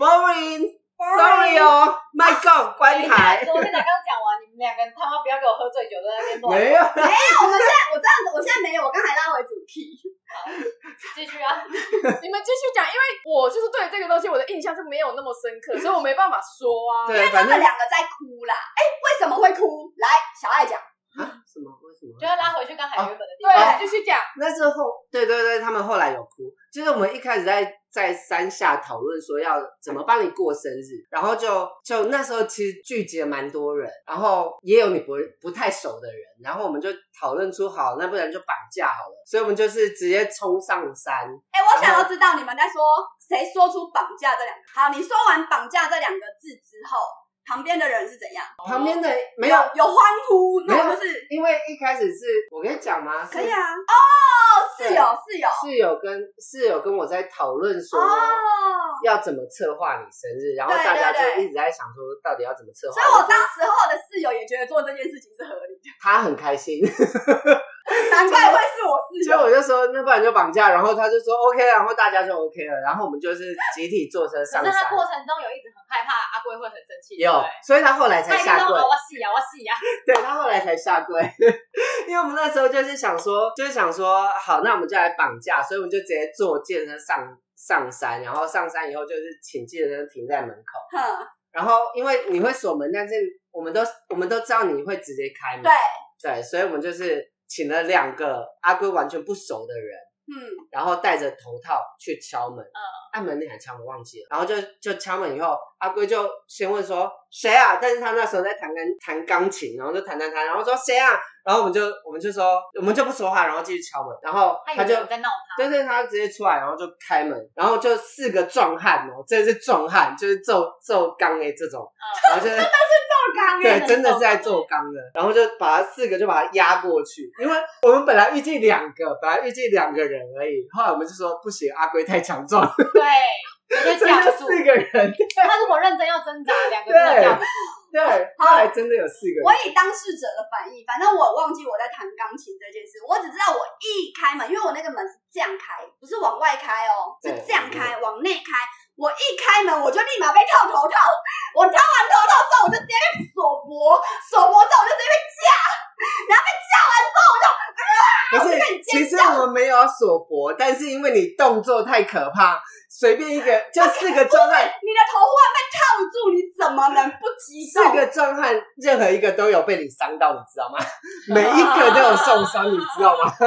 ，boring，sorry 哦，麦讲关台。 昨天才刚讲完，你们两个人他妈不要给我喝醉酒在那边乱。 没有， 没有，我们现在我这样子，我现在没有，我刚才拉回主题。 继续啊， 你们继续讲，因为我就是对这个东西我的印象就没有那么深刻，所以我没办法说啊。 对， 因为他们两个在哭啦。哎，为什么会哭？来，小爱讲。 啊？什么？为什么？ 就要拉回去刚才原本的地对， 方。 继续讲。 那时候，对对对，他们后来有哭，就是我们一开始在在山下讨论说要怎么帮你过生日，然后就就那时候其实聚集了蛮多人，然后也有你不不太熟的人，然后我们就讨论出好，那不然就绑架好了，所以我们就是直接冲上山。 哎，我想要知道你们在说谁说出绑架这两个。好，你说完绑架这两个字之后。旁边的人是怎样？ 旁边的没有有欢呼，那我就是因为一开始是我跟你讲吗？ 可以啊。哦，室友室友室友跟室友跟我在讨论说要怎么策划你生日，然后大家就一直在想说到底要怎么策划。 所以我当时候的室友也觉得做这件事情是合理的， 他很开心。 难怪会是我室友。 所以我就说，那不然就绑架，然后他就说 OK， 然后大家就 OK 了，然后我们就是集体坐车上山。 可是他过程中有一直很害怕阿龟会很生气， 有，所以他后来才下跪。 我死呀，我死呀！ 对，他后来才下跪，因为我们那时候就是想说，就是想说，好，那我们就来绑架，所以我们就直接坐健身上上山，然后上山以后就是请健身停在门口。 哼。 然后因为你会锁门，但是我们都我们都知道你会直接开门。 对对，所以我们就是请了两个阿龟完全不熟的人， 嗯， 然后戴着头套去敲门， 嗯， 按门铃还敲门忘记了，然后就就敲门以后，阿龟就先问说谁啊？但是他那时候在弹钢弹钢琴，然后就弹弹弹，然后说谁啊？然后我们就我们就说我们就不说话，然后继续敲门，然后他就在闹他， 对对，他就直接出来，然后就开门，然后就四个壮汉哦，真的是壮汉，就是揍揍钢诶这种， 嗯， 然后就是真的是揍钢对，真的是在做钢的，然后就把他四个就把他压过去，因为我们本来预计两个，本来预计两个人而已，后来我们就说不行，阿龟太强壮， 对，绝对架不住。 四个人， 他如果认真要挣扎，两个真的架不住。 对，后来真的有四个人。 我以当事者的反应，反正我忘记我在弹钢琴这件事，我只知道我一开门，因为我那个门是这样开，不是往外开哦，是这样开，往内开。我一开门，我就立马被套头套。我套完头套之后，我就直接被锁脖，锁脖之后我就直接被架，然后被架完之后我就啊， 不是，其实我们没有要锁脖，但是因为你动作太可怕，随便一个就四个壮汉， 你的头忽然被套住，你怎么能不激动？ 四个壮汉，任何一个都有被你伤到，你知道吗？每一个都有受伤，你知道吗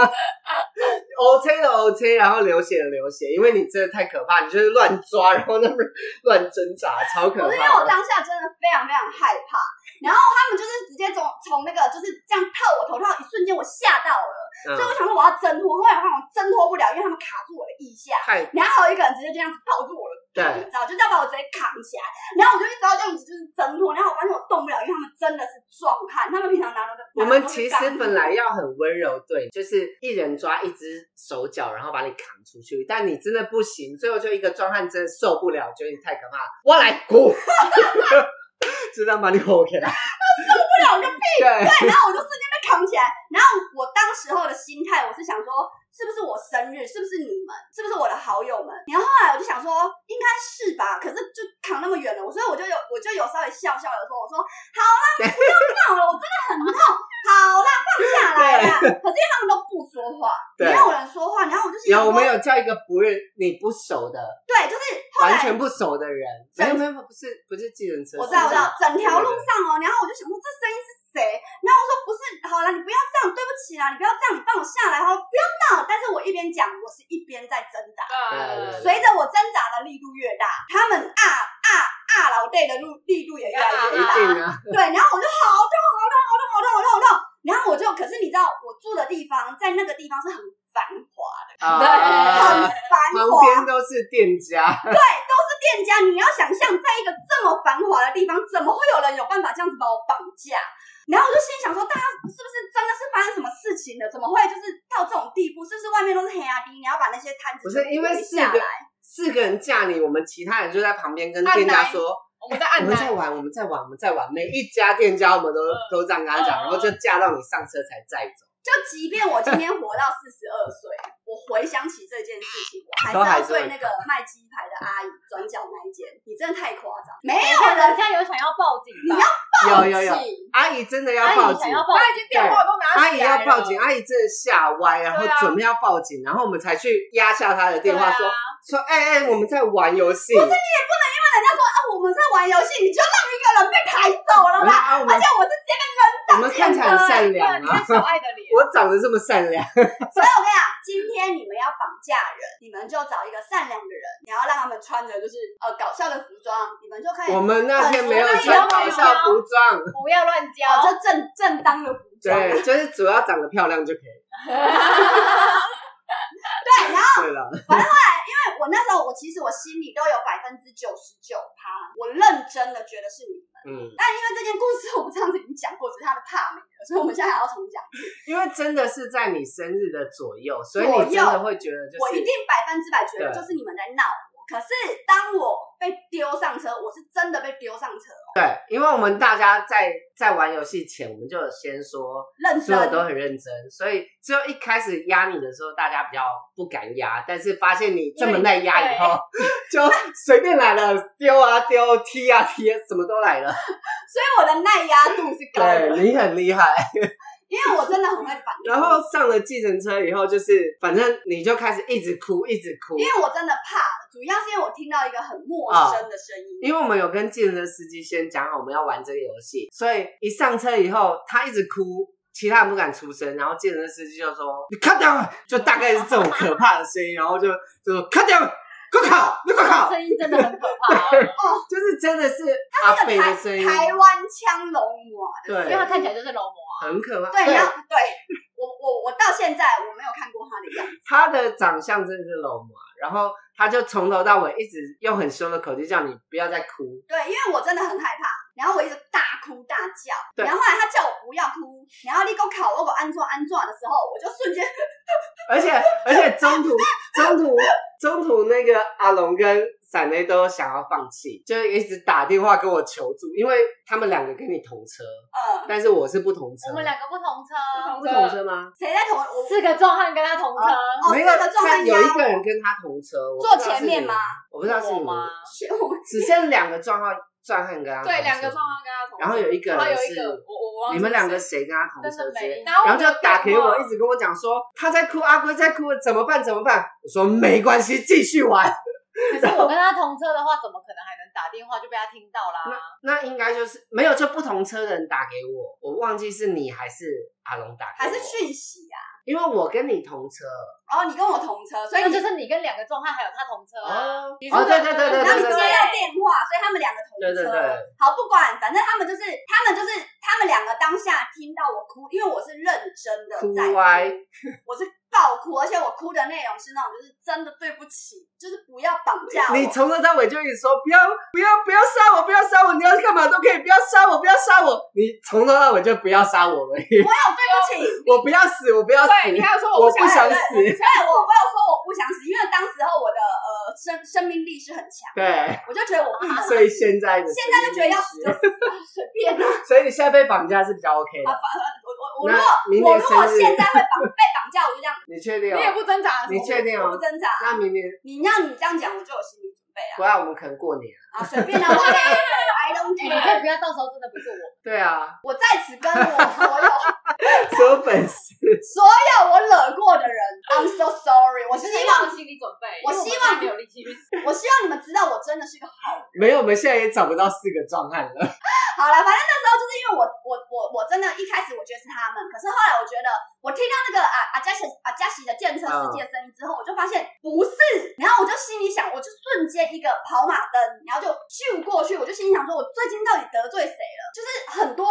？O K 的 O K， 然后流血的流血，因为你真的太可怕，你就是乱抓，然后那么乱挣扎，超可怕。 不是因为我当下真的非常非常害怕，然后他们就是直接从从那个就是这样套我头套，一瞬间我吓到了，嗯、所以我想说我要挣脱，后来我发现我挣脱不了，因为他们卡住我的腋下，然后还有一个人直接这样抱住我的头，你知道，就是要把我直接扛起来，然后我就一直要这样子就是挣脱，然后我发现我动不了，因为他们真的是壮汉，他们平常拿的我们其实本来要很温柔，对，就是一人抓一只手脚，然后把你扛出去，但你真的不行，最后就一个壮汉真的受不了，觉得你太可怕了，我来滚，就这样把你吼起来， 受不了个屁，对，对，然后我就瞬间被扛起来，然后我当时候的心态，我是想说。是不是我生日？是不是你们？是不是我的好友们？然后后来我就想说，应该是吧。可是就扛那么远了，所以我就有我就有稍微笑笑的说，我说好啦，不要闹了，我真的很痛。好啦，放下来啦。可是因为他们都不说话，没有人说话，然后我就想说， 有我们有叫一个不认你不熟的， 对，就是完全不熟的人，没有没有不是不是计程车， 我知道我知道，整条路上哦，然后我就想说这声音是谁？然后我说不是，好啦，你不要这样，对不起啦，你不要这样，你放我下来好，不要闹。但是我一边讲，我是一边在挣扎，随着我挣扎的力度越大，他们啊啊啊老弟的路力度也越来越大， 啊、 对，然后我就好痛好痛好痛好痛好痛好痛， 然后我就，可是你知道我住的地方在那个地方是很繁华的， 啊对很繁旁华， 边都是店家， 对，都是店家。你要想象，在一个这么繁华的地方，怎么会有人有办法这样子把我绑架？然后我就心里想说，大家是不是真的是发生什么事情了？怎么会就是到这种地步？是不是外面都是黑压低？你要把那些摊子不是因为四个下来？ 四个人架你，我们其他人就在旁边跟店家说。 我们在按奶， 我们在玩，我们在玩，我们在玩。每一家店家我们都、嗯、都这样跟他讲，然后就架到你上车才载走。 就即便我今天活到四十二岁，我回想起这件事情，我还是要对那个卖鸡排的阿姨转角那一间，你真的太夸张。没有人家有想要报警， 你要报警。 有有有，阿姨真的要报警， 她已经电话都拿起来了。 阿姨要报警，阿姨真的吓歪，然后准备要报警，然后我们才去压下她的电话说、啊、说，哎哎、欸欸，我们在玩游戏。 不是，你也不能因为人家说啊我们在玩游戏，你就让一个人被抬走了吧？啊、而且我是直接被扔上我们看起来很善良啊， 你看小爱的脸， 我长得这么善良。 所以我跟你讲，今天你们要绑架人，你们就找一个善良的人，你要让他们穿着就是呃搞笑的服装，你们就可以。 我们那天没有穿搞笑服装， 不要乱教， 哦、就正正当的服装。 对，就是主要长得漂亮就可以。 对，然后对了， 反正后来，因为我那时候我其实我心里都有百分之九十九趴，我认真的觉得是你们。嗯，但因为这件故事我们上次已经讲过，只是他的怕没了，所以我们现在还要重讲一次。 因为真的是在你生日的左右，所以你真的会觉得就是我一定百分之百觉得就是你们在闹我。可是当我被丢上车，我是真的被丢上车哦。 对，因为我们大家在在玩游戏前，我们就有先说， 认真， 所有都很认真，所以只有一开始压你的时候，大家比较不敢压，但是发现你这么耐压以后，就随便来了，丢啊丢，踢啊踢，什么都来了。 所以我的耐压度是高的。 对，你很厉害。 因为我真的很会反应。 然后上了计程车以后，就是反正你就开始一直哭，一直哭。 因为我真的怕，主要是因为我听到一个很陌生的声音。 哦、因为我们有跟计程车司机先讲好我们要玩这个游戏，所以一上车以后，他一直哭，其他人不敢出声，然后计程车司机就说：“你cut掉，就大概是这种可怕的声音，然后就就说cut掉。快考，你快考！ 声音真的很可怕哦， 就是真的是阿北的声音， 台湾腔龙魔， 对， 因为他看起来就是龙魔啊， 很可怕。 对，然后对我我我到现在我没有看过他的样子， 他的长相真的是龙魔，然后他就从头到尾一直用很凶的口气叫你不要再哭。 对，因为我真的很害怕，然后我一直大哭大叫，然后后来他叫我不要哭，然后你给我考我给我安装安装的时候，我就瞬间， 而且而且中途中途。中途那个阿龙跟闪雷都想要放弃，就一直打电话跟我求助，因为他们两个跟你同车，嗯，但是我是不同车。 我们两个不同车， 不同车吗？ 谁在同？ 四个壮汉跟他同车， 哦， 没有， 四个壮汉有一个人跟他同车， 坐前面吗？ 我不知道是你吗？ 只剩两个壮汉。壮汉跟他同车， 对，两个壮汉跟他同车， 然后有一个人是， 我我你们两个谁跟他同车之类， 然后就打给我，一直跟我讲说他在哭，阿龟在哭，怎么办？怎么办？我说没关系，继续玩。 可是我跟他同车的话，怎么可能还能打电话就被他听到啦？ 那那应该就是没有，就不同车的人打给我，我忘记是你还是阿龙打给我， 还是讯息啊？ 因为我跟你同车。 哦，你跟我同车，所以就是你跟两个壮汉还有他同车啊。 哦，哦对对对对对对， 然后你接到电话，所以他们两个同车。 对对对。 好，不管，反正他们就是他们就是他们两个当下听到我哭，因为我是认真的在哭，我是爆哭，而且我哭的内容是那种就是真的对不起，就是不要绑架我。 你从头到尾就一直说不要不要不要杀我，不要杀我，你要干嘛都可以，不要杀我，不要杀我。你从头到尾就不要杀我而已。 我有对不起， 我不要死，我不要死。 对，你还有说我不想死。 对，我我有说我不想死，因为当时候我的呃生生命力是很强， 对， 我就觉得我不能死， 所以现在的现在就觉得要死就死，随便啊。 所以你现在被绑架是比较 OK 的。 啊，我我我如果我如果现在会绑被绑架，我就这样。 你确定？ 你也不挣扎？ 你确定？ 我不挣扎。 那明年你让你这样讲，我就有心理准备啊。 不然我们可能过年啊，随便啊，我 I don't care。 你可以不要到时候真的不是我。 对啊。 我在此跟我所有所有粉丝， 所有我惹过的人 ，I'm so sorry。我希望心理准备， 我希望没有力气去死。 我希望你们知道，我真的是一个好人。 没有，我们现在也找不到四个壮汉了。 好了，反正那时候就是因为我我我我真的一开始我觉得是他们，可是后来我觉得我听到那个啊阿加西阿加西的建车司机的声音之后，我就发现不是，然后我就心里想，我就瞬间一个跑马灯，然后就咻过去，我就心里想说，我最近到底得罪谁了？就是很多人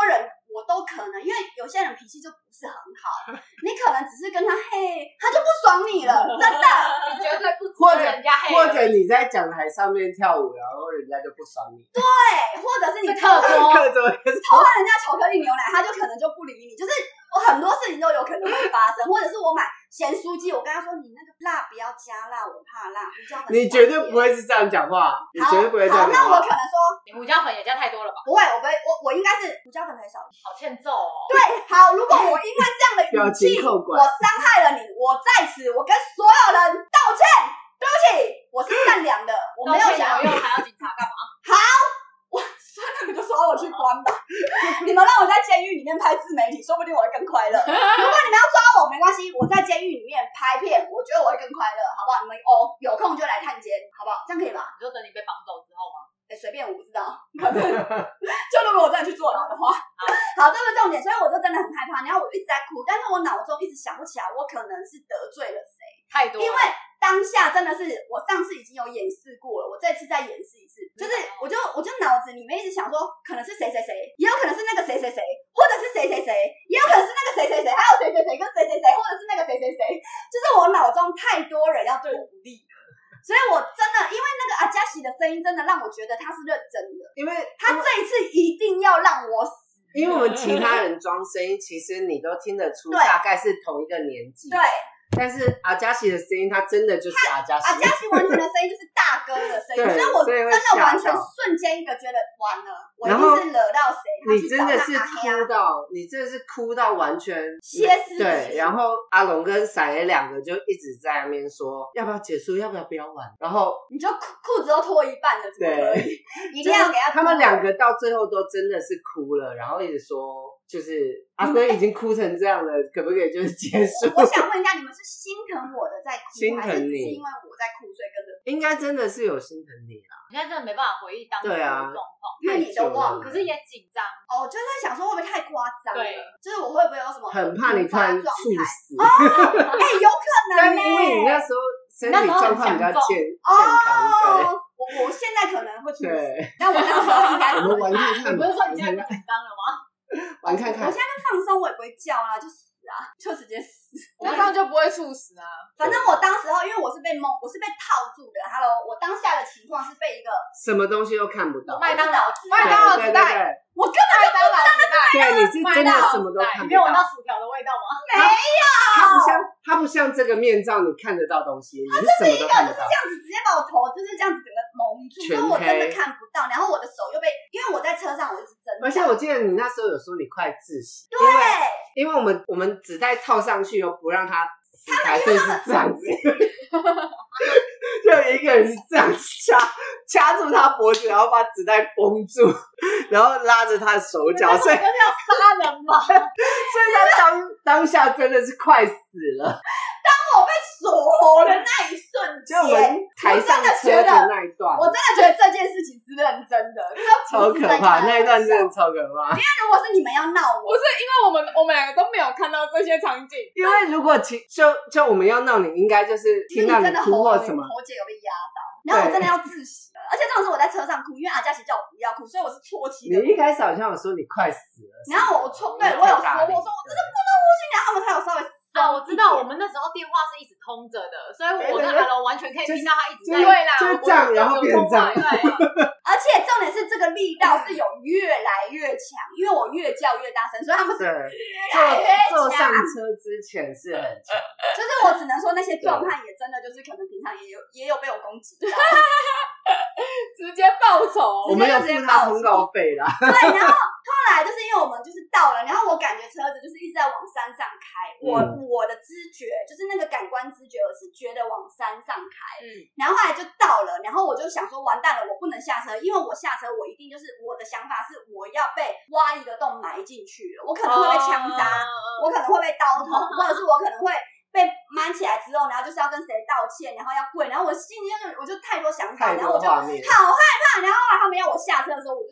我都可能，因为有些人脾气就不是很好，你可能只是跟他嘿，他就不爽你了，真的， 你绝对不或者值得人家黑。 或者你在讲台上面跳舞，然后人家就不爽你。 对，或者是你是课桌课桌偷喝人家巧克力牛奶，他就可能就不理你，就是我很多事情都有可能会发生，或者是我买咸酥鸡，我跟他说你那个辣不要加辣，我怕辣，胡椒粉。 你绝对不会是这样讲话，你绝对不会这样好，那讲话。 我可能说你胡椒粉也加太多了吧？ 不会，我不会，我我应该是胡椒粉可以少一点。 好欠揍哦。 对，好，如果我因为这样的语表气， 情扣管我伤害了你，我在此我跟所有人道歉，对不起，我是善良的，我没有想要有用，还要警察干嘛？ 算了，你就抓我去关吧。你们让我在监狱里面拍自媒体，说不定我会更快乐。如果你们要抓我，没关系，我在监狱里面拍片，我觉得我会更快乐，好不好？你们哦，有空就来探监，好不好？这样可以吧？ 你就等你被绑走之后吗？ 哎，随便，我不知道。反正就如果我真的去坐牢的话，好，这是重点。所以我就真的很害怕，然后我一直在哭，但是我脑中一直想不起来，我可能是得罪了谁。 太多了。 因为当下真的是我上次已经有演示过了，我这次再演示一次，就是我就我就脑子里面一直想说，可能是谁谁谁，也有可能是那个谁谁谁，或者是谁谁谁，也有可能是那个谁谁谁，还有谁谁谁跟谁谁谁，或者是那个谁谁谁，就是我脑中太多人要对我不利了。所以我真的，因为那个阿加西的声音真的让我觉得他是认真的， 因为他这一次一定要让我死。 因为我们其他人装声音，其实你都听得出对大概是同一个年纪。 对， 但是阿加西的声音，他真的就是阿加西。 阿加西完全的声音就是大哥的声音， 对所以我所以会真的完全吓到瞬间一个觉得完了，我一然后定是惹到谁，他你去找真的是他阿黑啊哭到，你真的是哭到完全歇斯底对， 里。 然后阿龙跟闪爷两个就一直在那边说要不要结束，要不要不要玩，然后你就裤裤子都脱一半了，怎么可以？一定要给他。 他们两个到最后都真的是哭了，然后一直说就是阿龟已经哭成这样了，可不可以就是结束？ 我想问一下，你们是心疼我的在哭， 心疼还是只是你因为我在哭，所以跟着？ 应该真的是有心疼你啦。 你现在真的没办法回忆当时的对啊状况， 因为你都忘了可是也紧张。 哦，就在想说会不会太夸张了？ 对， 就是我会不会有什么很怕你突然猝突发状态？ 死， 哎，有可能但呢。 因为你那时候身体状况比较健健康， 哦，我我现在可能会猝死， 对对。 但我那时候应该我们玩看看吧， 你不是说你现在不紧张了吗？ 玩看看我现。在放松，我也不会叫啊，就死啊，就直接死。 那这样就不会猝死啊。 反正我当时候，因为我是被蒙，我是被套住的。Hello，我当下的情况是被一个什么东西都看不到。 麦当劳， 对麦当劳纸对对袋， 对我根本麦当劳纸袋， 对，你是真的什么都看不你没有闻到到。 薯条的味道吗？ 它不像，它不像这个面罩，你看得到东西，你是什么都看得到。 这样子直接把我头就是这样子整个蒙住，所以我真的看不到。然后我的手又被，因为我在车上，我一直挣扎。 而且我记得你那时候有说你快窒息， 对， 因为因为我们我们纸袋套上去又不让它撕开，所以是这样子。就有一个人是这样掐掐住他脖子，然后把纸袋绷住，然后拉着他的手脚，所以真的要杀人吗？ 所以他当当下真的是快死了。 我被锁喉的那一瞬就我们间， 台上车的那一段， 我真的觉得这件事情是认真的， 超可怕，那一段真的超可怕。 因为如果是你们要闹我， 不是，因为我们我们两个都没有看到这些场景。 因为如果其就就我们要闹你，应该就是听到你真的哭或什么， 喉结有被压到，然后我真的要窒息了。而且这种是我在车上哭，因为阿佳琪叫我不要哭，所以我是啜泣的。 你一开始好像有说你快死了， 然后我啜，对我有说，我说我真的不能呼吸，然后他们才有稍微。 啊，我知道，我们那时候电话是一直通着的，所以我跟阿龙完全可以听到他一直在对啦， 就是这样，然后变成这样。 对， 而且重点是这个力道是有越来越强，因为我越叫越大声，所以他们是越来越坐坐上强。 车之前是很强， 就是我只能说那些壮汉也真的就是可能平常也有也有被我攻击到， 直接报仇。 我们有付他通告费啦。 对，然后后来就是因为我们就是到了，然后我感觉车子就是一直在往山上开，我、 嗯、 我的知觉就是那个感官知觉，我是觉得往山上开， 嗯， 然后后来就到了，然后我就想说完蛋了，我不能下车，因为我下车我一定就是我的想法是我要被挖一个洞埋进去了，我可能会被枪杀，哦、我可能会被刀捅，或者是我可能会被埋起来之后，然后就是要跟谁道歉，然后要跪，然后我心里就我就太多想法，然后我就好害怕，然后后来他们要我下车的时候，我就死不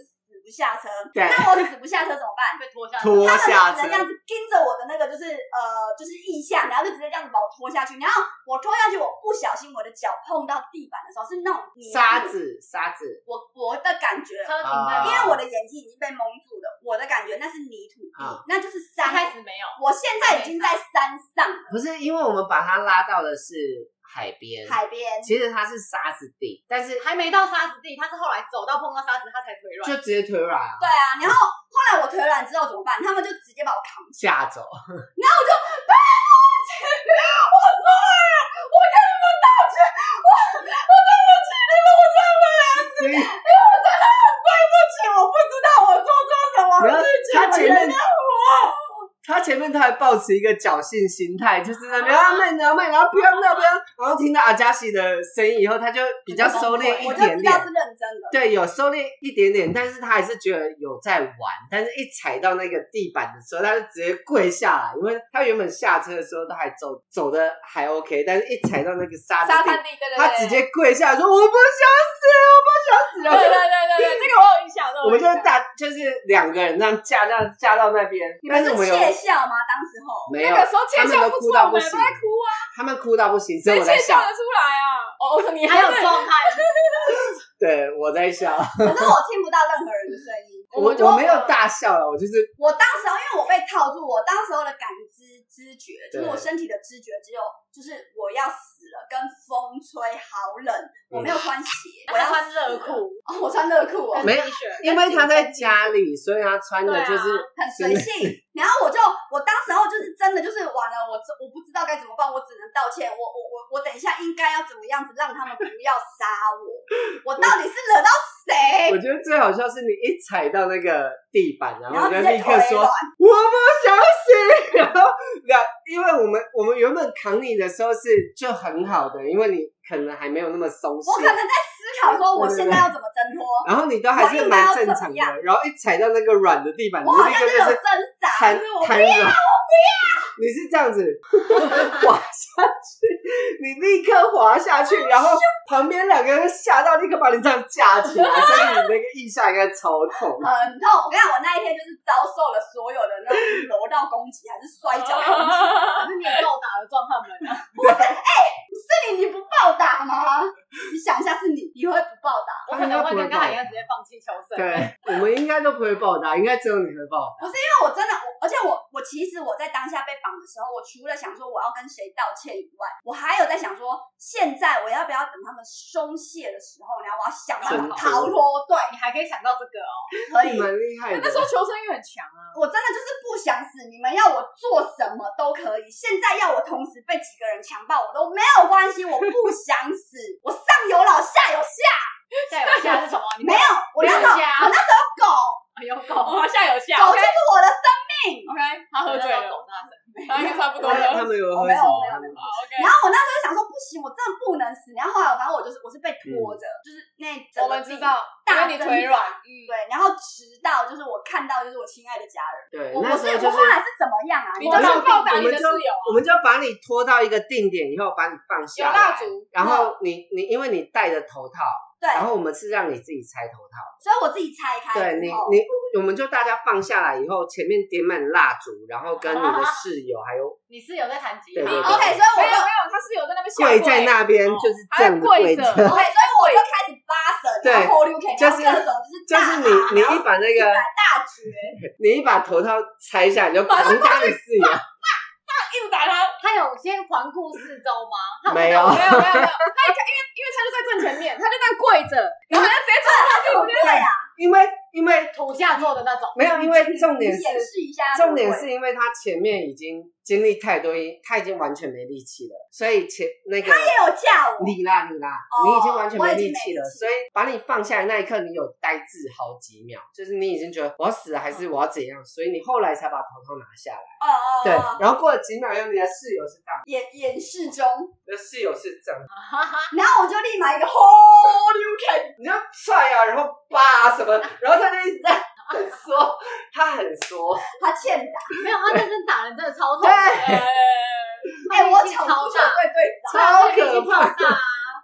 下车， 对那我死不下车怎么办？ 被拖下拖他下车们就只能这样子盯着我的那个就是呃就是腋下，然后就直接这样子把我拖下去，然后我拖下去，我不小心我的脚碰到地板的时候是那种沙子沙子， 我我的感觉， 车停在， 啊因为我的眼睛已经被蒙住了，我的感觉那是泥土地， 啊那就是一山。 开始没有， 我现在已经在山上了， 不是因为我们把它拉到的是海边， 海边。 其实它是沙子地，但是还没到沙子地，他是后来走到碰到沙子，他才腿软。 就直接腿软啊， 对啊，然后后来我腿软之后怎么办？他们就直接把我扛起来， 吓走。 然后我就对不起，我错了，我跟你们道歉，我我对不起你们，我真的没有事，因为我真的很对不起，我不知道我做错什么然后事情， 他前面原谅我。 他前面他还抱持一个侥幸心态，就是那边啊慢点慢点，然后不要那不要，然后听到阿加西的声音以后，他就比较收敛一我就点点知道是，认真的。 对，有收敛一点点，但是他还是觉得有在玩，但是一踩到那个地板的时候，他就直接跪下来，因为他原本下车的时候都还走走的还 OK， 但是一踩到那个沙子地， 沙滩地，对对对， 他直接跪下来说我不想死，我不想死，然后对对对对对，这个我有印象， 我们就是大就是两个人这样架这样架到那边， 你们是但是我们有窃笑吗？当时候没有， 那个时候窃他们都笑不错， 哭到不行我们都，在哭啊， 他们哭到不行，所以谁我在笑窃笑得，出来啊？哦，你还有在状态， 对，我在笑， 可是我听不到任何人的声音。 我就我没有大笑了，我就是我当时候因为我被套住，我当时候的感知知觉，就是对我身体的知觉只有就是我要死了，跟风吹好冷，我没有穿鞋，我要穿死了热裤， 哦，我穿热裤哦， 没有 T 恤， 因为他在家里，所以他穿的就是很随性。然后我就我当时候就是真的就是完了，我我不知道该怎么办，我只能道歉。我我我我等一下应该要怎么样子让他们不要杀我？我到底是惹到谁？ 我觉得最好笑是你一踩到那个地板，然然后后就直接腿立刻说软我不想死，然后两，因为我们我们原本扛你的时候是就很好的，因为你可能还没有那么松懈， 我可能在思考说我现在要怎么挣脱， 然后你都还是蛮正常的，然后一踩到那个软的地板，你就我好像就有立刻就是挣扎， 瘫就是我不瘫软，你是这样子滑下去，你立刻滑下去，然后旁边两个人吓到，立刻把你这样架起来，所以你那个腋下应该超痛。 很痛。我跟你讲，我那一天就是遭受了所有的那种柔道攻击，还是摔跤攻击。 可是你也够打了壮汉们啊！ 不是，哎、是你，你不报答吗？你想一下，是你，你会不报答？ 我可能会跟刚才一样直接放弃求生。 对，我们应该都不会报答，应该只有你会报答。 不是因为我真的，我而且我我其实我在当下被绑的时候，我除了想说我要跟谁道歉以外，我还有在想说，现在我要不要等他们松懈的时候，然后我要想办法逃脱？对， 你还可以想到这个哦， 可以。 蛮厉害的。 那时候求生欲很强啊。 我真的就是不想死，你们要我做什么都可以。现在要我同时被几个人强暴，我都没有关系，我不想死，我上有老下有下。 下有下是什么？你没有，我那时候下我那时候狗有狗， 哦，下有下狗就 ，OK 是我的生命。 OK，他喝醉了， 狗大神。 他应该差不多了。 他们有我没有喝什么？ 我没有没有好 OK， 然后我那时候就想说不行，我真的不能死。然后后来反正我就是我是被拖着，就是那整个我们知道，因大为你腿软，嗯， 对，然后直到就是我看到就是我亲爱的家人， 对， 我我是那时候就是我后来是怎么样啊？ 你就是要报答你的室友啊。 我们就把你拖到一个定点以后，把你放有下来， 蜡烛， 然后你你因为你戴着头套， 对， 然后我们是让你自己拆头套， 所以我自己拆开对你之后你我们就大家放下来以后，前面点满蜡烛，然后跟你的室友还有你是有在弹吉对对对他 OK，所以我就没有没有，他是有在那边下跪在那边， 哦就是这样子还跪着跪着， OK，所以我就开始扒绳， 对然后 hold you can， 就是然后各种就是就是大你你一把那个大绝， 你一把头套拆下来，你就狂打你室友， 一直打他， 他有先环顾四周吗？他没有没有没有没有，他一看，因为因为他就在正前面，他就这样跪着，然后他就直接冲上去， 对不对啊？ 因为因为土下座的那种。 没有，因为重点是显示一下， 重点是因为他前面已经经历太多，他已经完全没力气了，所以前那个他也有架我， 你啦你啦， 哦你已经完全没我已经没力气了， 力气所以把你放下来那一刻，你有呆滞好几秒，就是你已经觉得我要死了还是我要怎样，所以你后来才把头套拿下来。 哦哦， 对， 哦然后过了几秒以后，你的室友是这样， 演演示中， 你的室友是这样， 然后我就立马一个 hold you can， 你就踹啊，然后叭什么，然后他就一直在很缩，他很缩， 他欠打， 没有，他认真打人真的超痛的。 对哎哎，我抢足球队队长， 超可怕超大啊！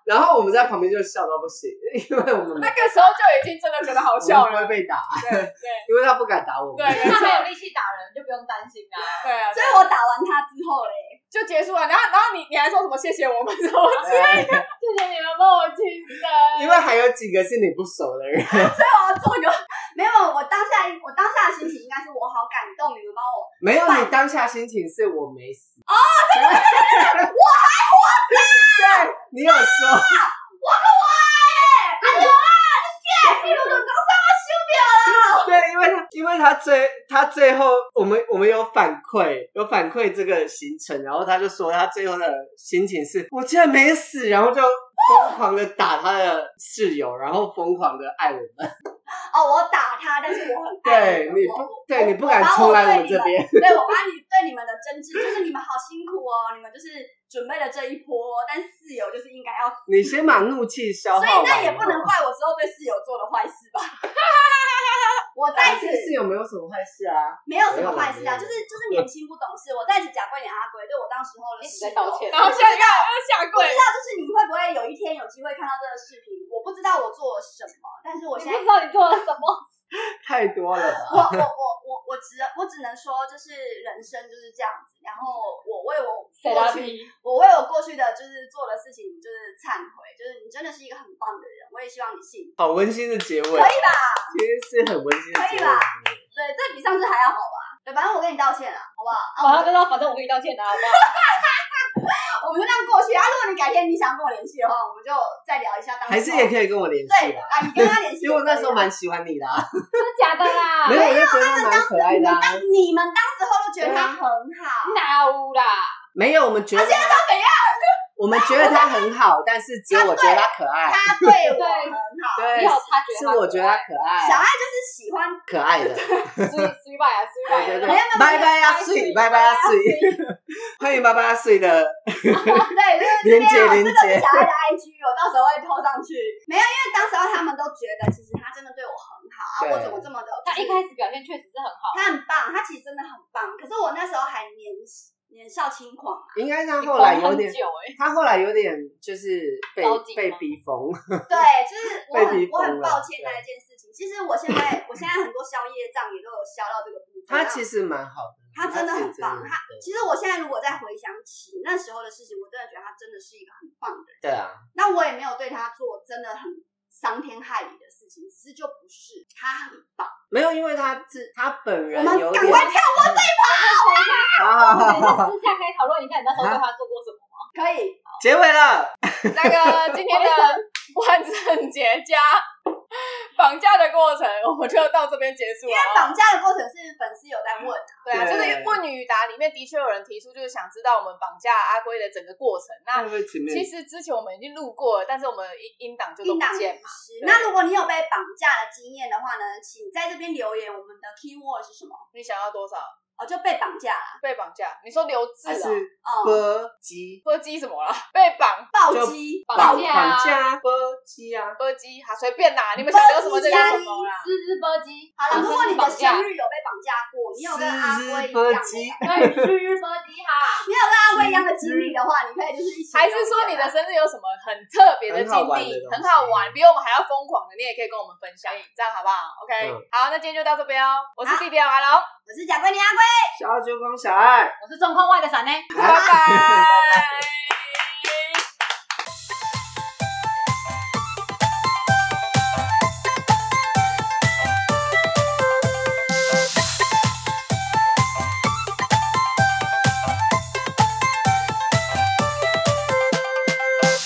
然后我们在旁边就笑到不行，因为我们那个时候就已经真的觉得好笑了， 我们不会被打， 对对因为他不敢打我们。 对， 因为他没有力气打人，就不用担心啊。 对啊， 所以我打完他之后嘞， 就结束了。然后然后你你还说什么谢谢我们什么之类的， 谢谢你们帮我庆生。 因为还有几个是你不熟的人， 所以我要做个没有，我当下我当下的心情应该是我好感动，你们帮我。 没有，你当下心情是我没死哦，对对对对对，我还活着。 对，你有说， 我跟我哎，哎呦啊，你你都刚上我修掉了。 对，因为他因为他最他最后我们我们有反馈有反馈这个行程，然后他就说他最后的心情是我竟然没死，然后就疯狂的打他的室友，然后疯狂的爱我们。 哦，我打他，但是我很爱对，你不我我对你不敢冲来我们这边。 对，我把你对你们的真挚，就是你们好辛苦哦，你们就是准备了这一波，但室友就是应该要死。 你先把怒气消耗完， 所以那也不能怪我之后对室友做的坏事吧。我在此室友没有什么坏事啊， 没有什么坏事啊， 没有就是就是年轻不懂事。我在此假跪脸阿龟，对我当时候的一直室友在道歉然后现在要下跪不知，道就是你会不会有一天有机会看到这个视频？我不知道我做了什么，但是我现在你不知道你做了什么。 太多了我吧？ 我我我我只我只能说，就是人生就是这样子。然后我为我谁过去， 拉逼？ 我为我过去的就是做的事情就是忏悔，就是你真的是一个很棒的人，我也希望你幸福， 好温馨的结尾， 可以吧？ 其实是很温馨的结尾可以吧。对，这比上次还要好吧？对，反正我跟你道歉了，好不好？啊，我马上就知道，反正我跟你道歉的，好不好？ 我们就这样过去啊。如果你改天你想跟我联系的话，我们就再聊一下当时。 还是也可以跟我联系对啦。 啊，你跟他联系， 因为我那时候蛮喜欢你的、啊， 真的假的啦？ 没有，我就觉得他蛮可爱的、啊。 当你们当时候都觉得他很好， 哪有啦？ 没有，我们觉得他现在他怎样？ 我们觉得他很好，但是只有我觉得他可爱。 他对我很好， 对， 你有察觉是他我觉得他可爱， 小爱就是喜欢可爱的。 水水拜啊，水拜对对对没有没有， 拜拜呀水，拜拜呀水，欢迎拜拜呀水的对，就是连接这样连接这个是小爱的 I G， 我到时候会 po 上去。没有，因为当时候他们都觉得其实他真的对我很好啊， 对我怎么这么的？ 他一开始表现确实是很好， 他很棒，他其实真的很棒。可是我那时候还年年少轻狂啊， 应该他后来有点很，久哎， 他后来有点就是被着急吗被逼疯。 对，就是我被逼疯了很我很抱歉那一件事情。其实我现在我现在很多宵夜账也都有消到这个部分。 他其实蛮好的， 他真的很棒，他对其实我现在如果再回想起那时候的事情，我真的觉得他真的是一个很棒的人。 对啊， 那我也没有对他做真的很伤天害理的事情，只是就不是他很棒。 没有，因为他是他本人我们有点赶快跳过这一好好好我们好好， 私下可以讨论一下你那时候对他做过什么吗？ 可以， 结尾了。 那个今天的万圣节加绑架的过程，我们就到这边结束了。 绑架的过程是粉丝有在问啊， 对啊，就是问语语答里面的确有人提出，就是想知道我们绑架阿龟的整个过程。那会不会前面其实之前我们已经录过了，但是我们音音档就都应当不见嘛。 是。 对那如果你有被绑架的经验的话呢，请在这边留言，我们的 keyword 是什么？ 你想要多少？ 哦，就被绑架了， 被绑架？你说留字还是哦？ 哦， 波鸡？ 波鸡什么啦？被绑暴击， 绑绑架绑架波鸡啊？ 波鸡，好随便啦，你们想留什么就留什么啦。 丝织波鸡， 好了，如果你的生日有被绑架过，你有跟阿龟一样的， 对，丝织波鸡哈。 你有跟阿龟一样的经历的话，你可以就是一起。 还是说你的生日有什么很特别的经很好玩的历， 东西很好玩，比我们还要疯狂的，你也可以跟我们分享，这样好不好 ？OK，、 嗯好，那今天就到这边哦。我是弟弟阿龙， 我是贾桂林阿龟。 小九光小爱。 我是状况外的闪呢。 拜拜。